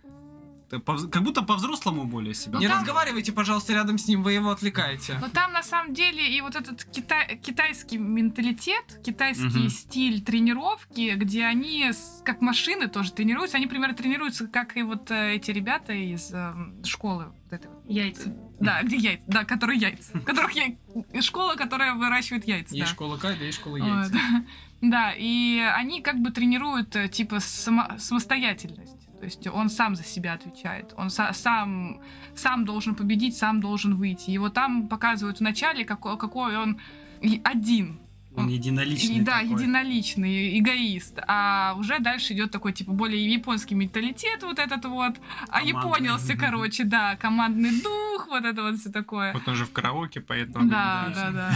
пов- как будто по-взрослому более себя. Ну не там- разговаривайте, пожалуйста, рядом с ним, вы его отвлекаете. Но там на самом деле и вот этот кита- китайский менталитет, китайский Мгм. стиль тренировки, где они с- как машины тоже тренируются, они примерно тренируются, как и вот э, эти ребята из э, школы. Вот этой вот. Яйца. Да, где яйца, да, которые яйца. Которых я... Школа, которая выращивает яйца. Есть да. школа Кайда, есть школа Вот. яйца. Да, и они как бы тренируют э, типа само- самостоятельность. То есть он сам за себя отвечает. Он са- сам, сам должен победить, сам должен выйти. Его там показывают вначале, какой, какой он и- один. Он единоличный И, да, такой. единоличный, эгоист. А уже дальше идет такой, типа, более японский менталитет вот этот вот. А Командный. японился, короче, да, командный дух, вот это вот все такое. Вот он же в караоке, поэтому... Да, да, да.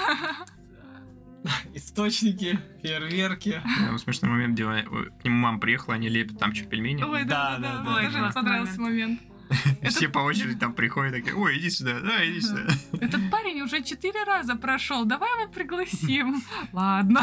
Источники, фейерверки. Там смешной момент, где э, к нему мама приехала, они лепят там что, пельмени? Ой, Да, да, да, да, да, да, тоже классный понравился момент. И все по очереди там приходят, такие, ой, иди сюда, да, иди сюда. Этот парень уже четыре раза прошел, давай его пригласим. Ладно.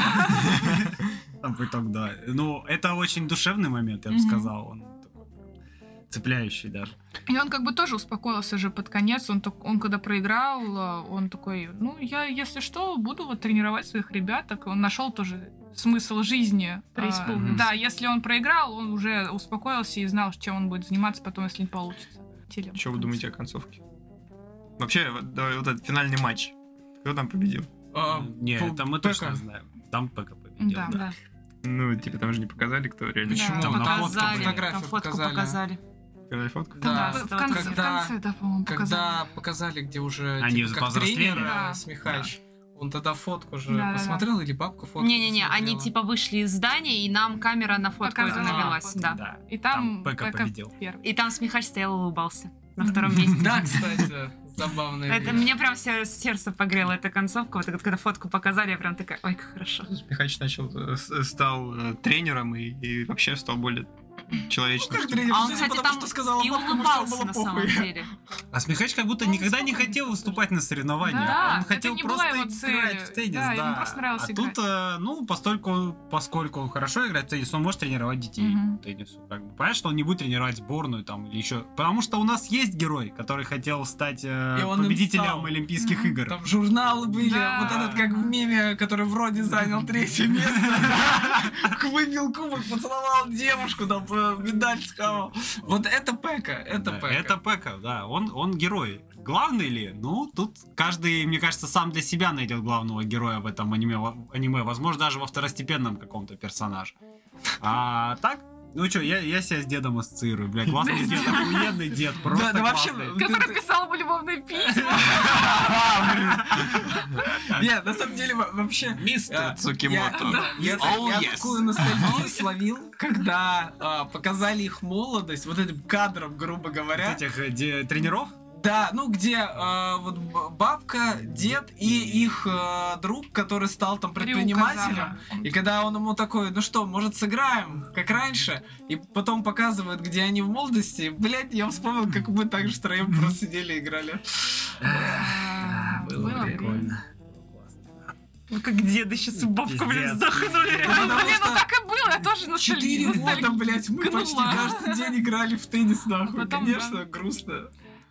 Там в итоге, да. Ну, это очень душевный момент, я бы Мгм. сказал. Он такой прям цепляющий даже. И он как бы тоже успокоился же под конец. Он, так- он когда проиграл, э, он такой, ну, я, если что, буду вот тренировать своих ребят. Так он нашел тоже смысл жизни. Преисполнился. А, да, если он проиграл, он уже успокоился и знал, чем он будет заниматься потом, если не получится. Телем. Что вы думаете о концовке? Вообще, вот, давай, вот этот финальный матч. Кто там победил? А, Не, по- это мы Пека. точно знаем. Там Пека победил, Да. да. Да. Ну, типа, там же не показали, кто реально. Почему? Там на фотке Показали, фотографию там фотку показали. показали. Показали фотку? Да, В конце, в когда, конце, да, по-моему, показали. когда показали, где уже Они типа, как повзрослели? тренер Да. э, Смехач, он тогда фотку же Да-да-да. посмотрел или бабка фотку Не-не-не, они посмотрела? типа вышли из здания, и нам камера на фотку эту Показала. навелась. Да. Да. И там, Там Пека Пека победил. первый. И там Смехач стоял и улыбался на втором месте. Да, кстати, забавная Это вещь. мне прям все сердце погрело, эта концовка. Вот когда фотку показали, я прям такая, ой, как хорошо. Михач начал, э, с- стал э, тренером и, и вообще стал более человечным. Как тренер, А он, судя кстати, по тому, там что сказала и бабка, может, ему улыбался было на похуй. самом деле. А Смехач как будто Он никогда не спокойно хотел был. выступать на соревнованиях. Да, он это хотел не была просто его играть целью. в теннис, Да, да. ему просто нравилось а играть. тут, э, ну, поскольку, поскольку он хорошо играет в теннис, он может тренировать детей Мгм. к теннису. Как бы. Понятно, что он не будет тренировать сборную там или еще. Потому что у нас есть герой, который хотел стать э, И он им победителем стал. Олимпийских Мгм. игр. Там журналы были, Да. вот этот как в меме, который вроде занял третье место. Выбил кубок, поцеловал девушку, там э, медаль схавал. Вот это Пека, это Да, Пека. Это Пека, да. Он, он герой. Главный ли? Ну, тут каждый, мне кажется, сам для себя найдет главного героя в этом аниме. аниме. Возможно, даже во второстепенном каком-то персонаже. А так, ну что, я, я себя с дедом ассоциирую, бля, классный дед, охуенный дед, просто Да, да вообще, классный. Который писал ему любовные письма. Нет, на самом деле во- вообще... Мистер Я- Цукимото. Я, я- Oh, я yes. такую ностальгию словил, когда а, показали их молодость, вот этим кадром, грубо Вот говоря. этих э, де- тренеров? Да, ну где а, вот б- бабка, дед и их а, друг, который стал там предпринимателем. И когда он ему такой, ну что, может сыграем, как раньше, и потом показывают, где они в молодости, блять, я вспомнил, как мы так же втроем просто сидели и играли. Да, Было было прикольно. Ну как деды сейчас и бабка, блин, Пиздец. вздохнули. Потому Блин, ну что так и было, я тоже Четыре ностальгия. года, блядь, мы Гнула. почти каждый день играли в теннис, нахуй. Потом, Конечно, да. грустно.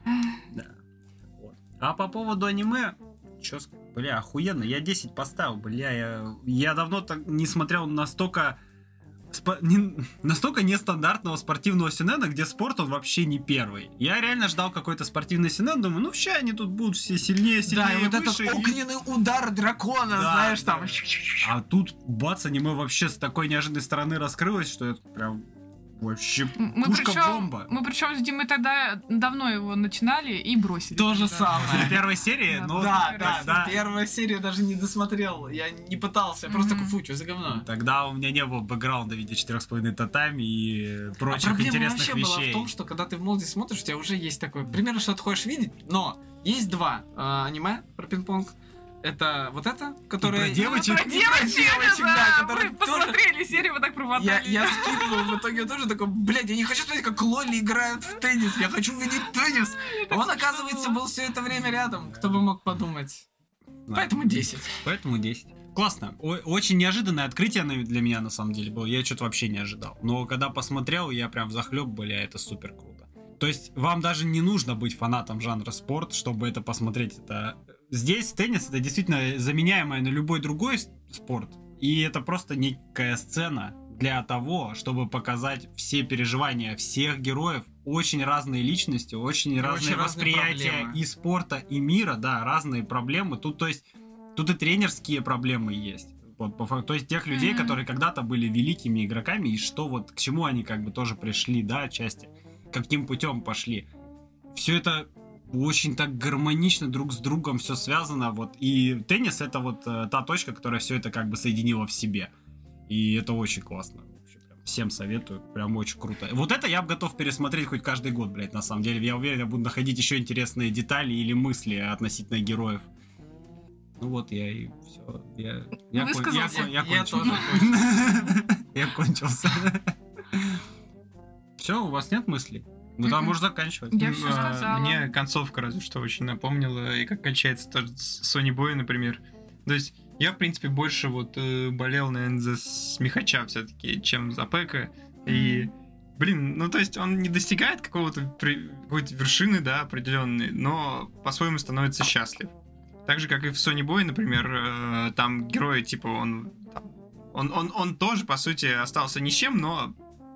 Вот. А по поводу аниме, чё, ск- бля, охуенно. Я десять поставил, бля. Я, я давно так не смотрел настолько... спо- не- настолько нестандартного спортивного сюнена, где спорт он вообще не первый. Я реально ждал какой-то спортивный сюнен, думаю, ну ща они тут будут все сильнее, сильнее, Да, и вот этот выше. и- огненный удар дракона, Да, знаешь, да. там. А тут, бац, аниме вообще с такой неожиданной стороны раскрылось, что это прям вообще Мы причем, пушка-бомба. мы причем с Димой тогда давно его начинали и бросили. То же Да. самое. В первой серии, Да, но Да, первая да, тогда, первая серия даже не досмотрел. Я не пытался, я просто Мгм. такой, фу, что за говно. тогда у меня не было бэкграунда в виде четырех с половиной татами и А прочих проблема интересных вообще была вещей. в том, что когда ты в молоде смотришь, у тебя уже есть такое, примерно что ты хочешь видеть, но есть два э, аниме про пинг-понг. Это вот это, которое... про девочек? Про И про девочек, девочек, да, да, которые мы тоже- посмотрели серию, вот так Я, промотали. я скипнул, в итоге тоже такой, блядь, я не хочу смотреть, как Лоли играют в теннис, я хочу видеть теннис. А он, оказывается, был все это время рядом, кто бы мог подумать. Да. Поэтому десять. Поэтому десять. Классно. О- очень неожиданное открытие на- для меня на самом деле было. Я что-то вообще не ожидал. Но когда посмотрел, я прям взахлеб, бля, это супер круто. То есть вам даже не нужно быть фанатом жанра спорт, чтобы это посмотреть. Это... Здесь теннис это действительно заменяемое на любой другой с- спорт. И это просто некая сцена для того, чтобы показать все переживания всех героев. Очень разные личности, очень И разные очень разные восприятия проблемы. и спорта, и мира. Да, разные проблемы. Тут, то есть, тут и тренерские проблемы есть. Вот, по факту. То есть тех людей, Мгм. которые когда-то были великими игроками, и что вот, к чему они как бы тоже пришли, да, отчасти. Каким путем пошли. Все это очень так гармонично друг с другом все связано. Вот. И теннис это вот э, та точка, которая все это как бы соединила в себе. И это очень классно. Вообще, прям всем советую. Прям очень круто. Вот это я бы готов пересмотреть хоть каждый год, блядь, на самом деле. Я уверен, я буду находить еще интересные детали или мысли относительно героев. Ну вот, я и все. Я, я, кон- я, Высказался. кон- я Я кончил. тоже Я кончился. Все, у вас нет мыслей? Ну там Мгм. можно заканчивать. Я М, всё а, сказала. Мне концовка разве что очень напомнила, и как кончается тоже с Sony Boy, например. То есть я, в принципе, больше вот э, болел, наверное, за Смехача все-таки, чем за Пэка. И, блин, ну то есть он не достигает какого-то при- какой-то вершины, да, определенной, но по-своему становится счастлив. Так же, как и в Sony Boy, например, э, там герой, типа, он, там, он, он, он тоже, по сути, остался ни с чем, но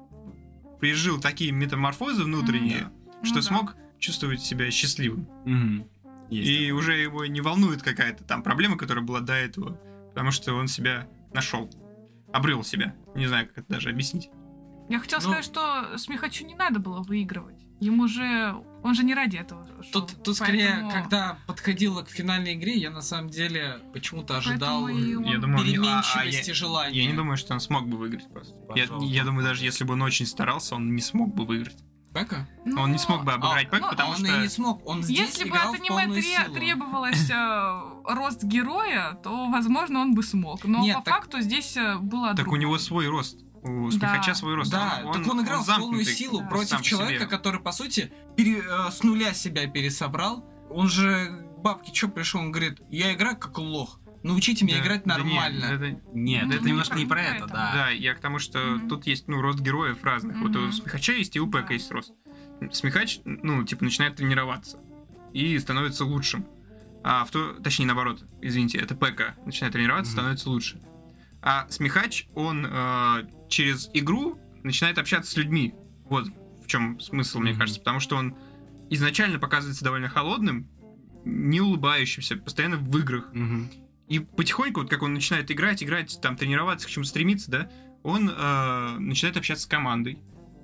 пережил такие метаморфозы внутренние, Ну что да. смог чувствовать себя счастливым. Мгм. Есть И такое. уже его не волнует какая-то там проблема, которая была до этого, потому что он себя нашел, обрел себя. Не знаю, как это даже объяснить. Я хотела Ну- сказать, что Смехачу не надо было выигрывать. Ему же... Он же не ради этого шел. Тут, тут скорее, Поэтому- когда подходило к финальной игре, я на самом деле почему-то ожидал Поэтому и он- Я думаю, он не- а- а переменчивости я- желания. Я не думаю, что он смог бы выиграть просто. Я, Пожалуйста. я думаю, даже если бы он очень старался, он не смог бы выиграть. Пэка? Ну, Он не смог бы обыграть А, Пэк, ну, потому он что... и не смог, он здесь Если бы играл от в аниме полную тре- силу. требовалось э, рост героя, то, возможно, он бы смог. Но Нет, по так- факту здесь э, было Так у другое. него свой рост. У Да. Смехача свой рост. Да, так он играл в полную замкнутый силу да. против сам по человека, себе. который, по сути, пере- э, с нуля себя пересобрал. Он же бабки что пришел, он говорит, я играю как лох. Научите меня Да, играть да нет, нормально. это- Нет, Ну, это не немножко про- не про не про это, это. да. Да, я к тому, что Мгм. тут есть, ну, рост героев разных. Вот у Мгм. Смехача есть и у Пэка Да. есть рост. Смехач, ну, типа, начинает тренироваться и становится лучшим. А в то, точнее, наоборот, извините, это Пэка начинает тренироваться, Мгм. становится лучше. А Смехач, он э, через игру начинает общаться с людьми. Вот в чем смысл, мне Мгм. кажется. Потому что он изначально показывается довольно холодным, не улыбающимся, постоянно в играх. Мгм. И потихоньку, вот как он начинает играть, играть, там, тренироваться, к чему стремиться, да, он э, начинает общаться с командой.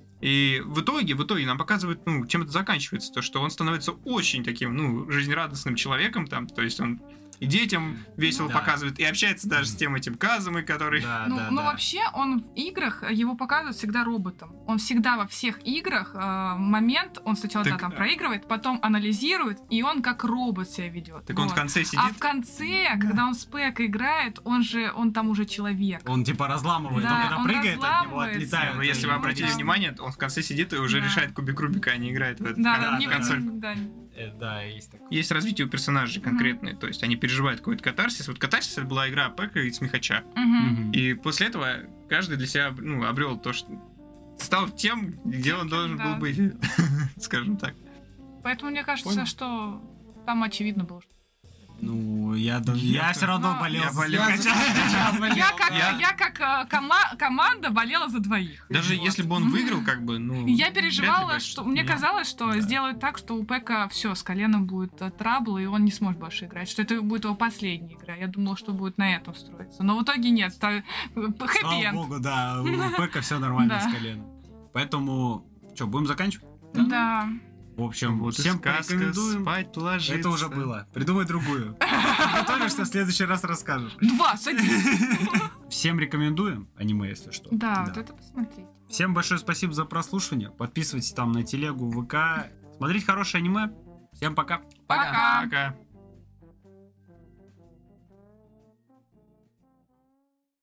И в итоге, в итоге нам показывают, ну, чем это заканчивается, то, что он становится очень таким, ну, жизнерадостным человеком, там, то есть он и детям весело Да. показывает, и общается даже с тем этим Казумой, который... Да, Ну, да, ну, да. вообще, он в играх, его показывают всегда роботом. Он всегда во всех играх э, момент, он сначала да, Так, там а- проигрывает, потом анализирует, и он как робот себя ведет. Так он в Вот. конце А сидит, в конце, когда он с Пэк играет, он же, он там уже человек. Он типа разламывает, Да, он когда он прыгает, от него разламывается. отлетают. но если вы Ну, обратили да. внимание, он в конце сидит и уже Да. решает кубик Рубика, а не играет в это. Да, в да, кон- не- в консоль. да, Э, Да, есть такое. Есть развитие у персонажей конкретное, то есть они переживают какой-то катарсис. Вот катарсис это была игра Пэка и Смехача. Мгм. Мгм. И после этого каждый для себя ну, обрел то, что стал тем, где он должен да. был быть, скажем так. Поэтому мне кажется, Понял. что там очевидно было. что- Ну, я, дум- я все равно Ну, болел я за болел Смехача. Я как, Я- я как э, кома- команда болела за двоих. Даже Вот. если бы он выиграл, как бы, ну... Я вряд ли переживала, бы что это- мне Да. казалось, что Да. сделают так, что у Пэка все с коленом будет э, трабл, и он не сможет больше играть, что это будет его последняя игра. Я думала, что будет на этом строиться, но в итоге нет. ста- Слава Хэппи-энд. богу, да, у Пэка все нормально Да. с коленом. Поэтому, что, будем заканчивать? Да. В общем, Вот и всем сказка, порекомендуем. спать ложиться. Это уже было. Придумай другую. Готовишься, в следующий раз расскажешь. Два, садись. Всем рекомендуем аниме, если что. Да, вот это посмотреть. Всем большое спасибо за прослушивание. Подписывайтесь там на телегу, ВК. Смотрите хорошее аниме. Всем пока. Пока. Пока.